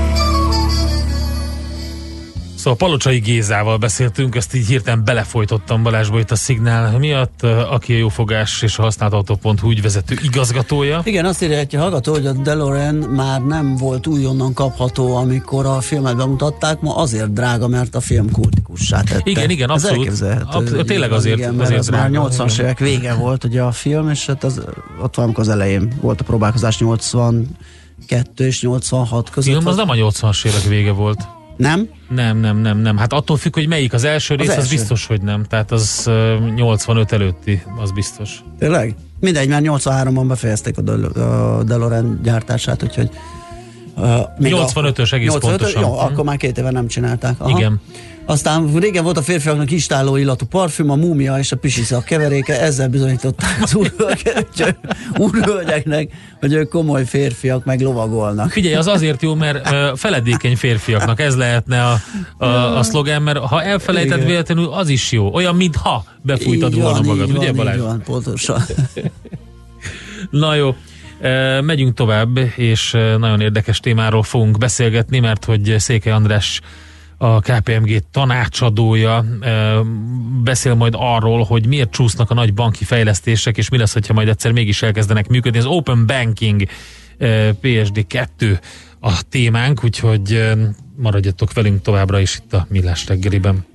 Szóval Palocsai Gézával beszéltünk, ezt így hirtelen belefolytottam Balázsba itt a Szignál miatt, aki a Jófogás és a használtautó pont hu ügyvezető igazgatója. Igen, azt írja egy hallgató, hogy a DeLorean már nem volt újonnan kapható, amikor a filmet bemutatták, ma azért drága, mert a film kultikussá tette. Igen, igen, abszolút. Abszolút tényleg azért, igen, azért az drága. Már nyolcvanas évek vége volt ugye a film, és hát az, ott valamikor az elején volt a próbálkozás, nyolcvankettő és nyolcvanhat között. Film az nem a nyolcvanas évek vége volt. Nem? Nem, nem, nem, nem. Hát attól függ, hogy melyik az első rész, az, az biztos, hogy nem. Tehát az uh, nyolcvanöt előtti, az biztos. Tényleg? Mindegy, már nyolcvanháromban befejezték a, Del- a DeLorean gyártását, úgyhogy uh, nyolcvanötös egész nyolcvanötös, pontosan. Jó, hmm. akkor már két éve nem csinálták. Aha. Igen. Aztán régen volt a férfiaknak istálló illatú parfüm, a múmia és a pisiszak keveréke, ezzel bizonyították az úrhölgyeknek, hogy ők komoly férfiak, meg lovagolnak. Figyelj, az azért jó, mert uh, feledékeny férfiaknak ez lehetne a, a, a szlogán, mert ha elfelejted igen. véletlenül, az is jó. Olyan, mintha befújtad volna magad, így ugye van, Balázs? Így van, pontosan. Na jó, megyünk tovább, és nagyon érdekes témáról fogunk beszélgetni, mert hogy Székely András, a ká pé em gé tanácsadója beszél majd arról, hogy miért csúsznak a nagy banki fejlesztések, és mi lesz, hogyha majd egyszer mégis elkezdenek működni. Az Open Banking pé es dé kettő a témánk, úgyhogy maradjatok velünk továbbra is itt a Millás reggeliben.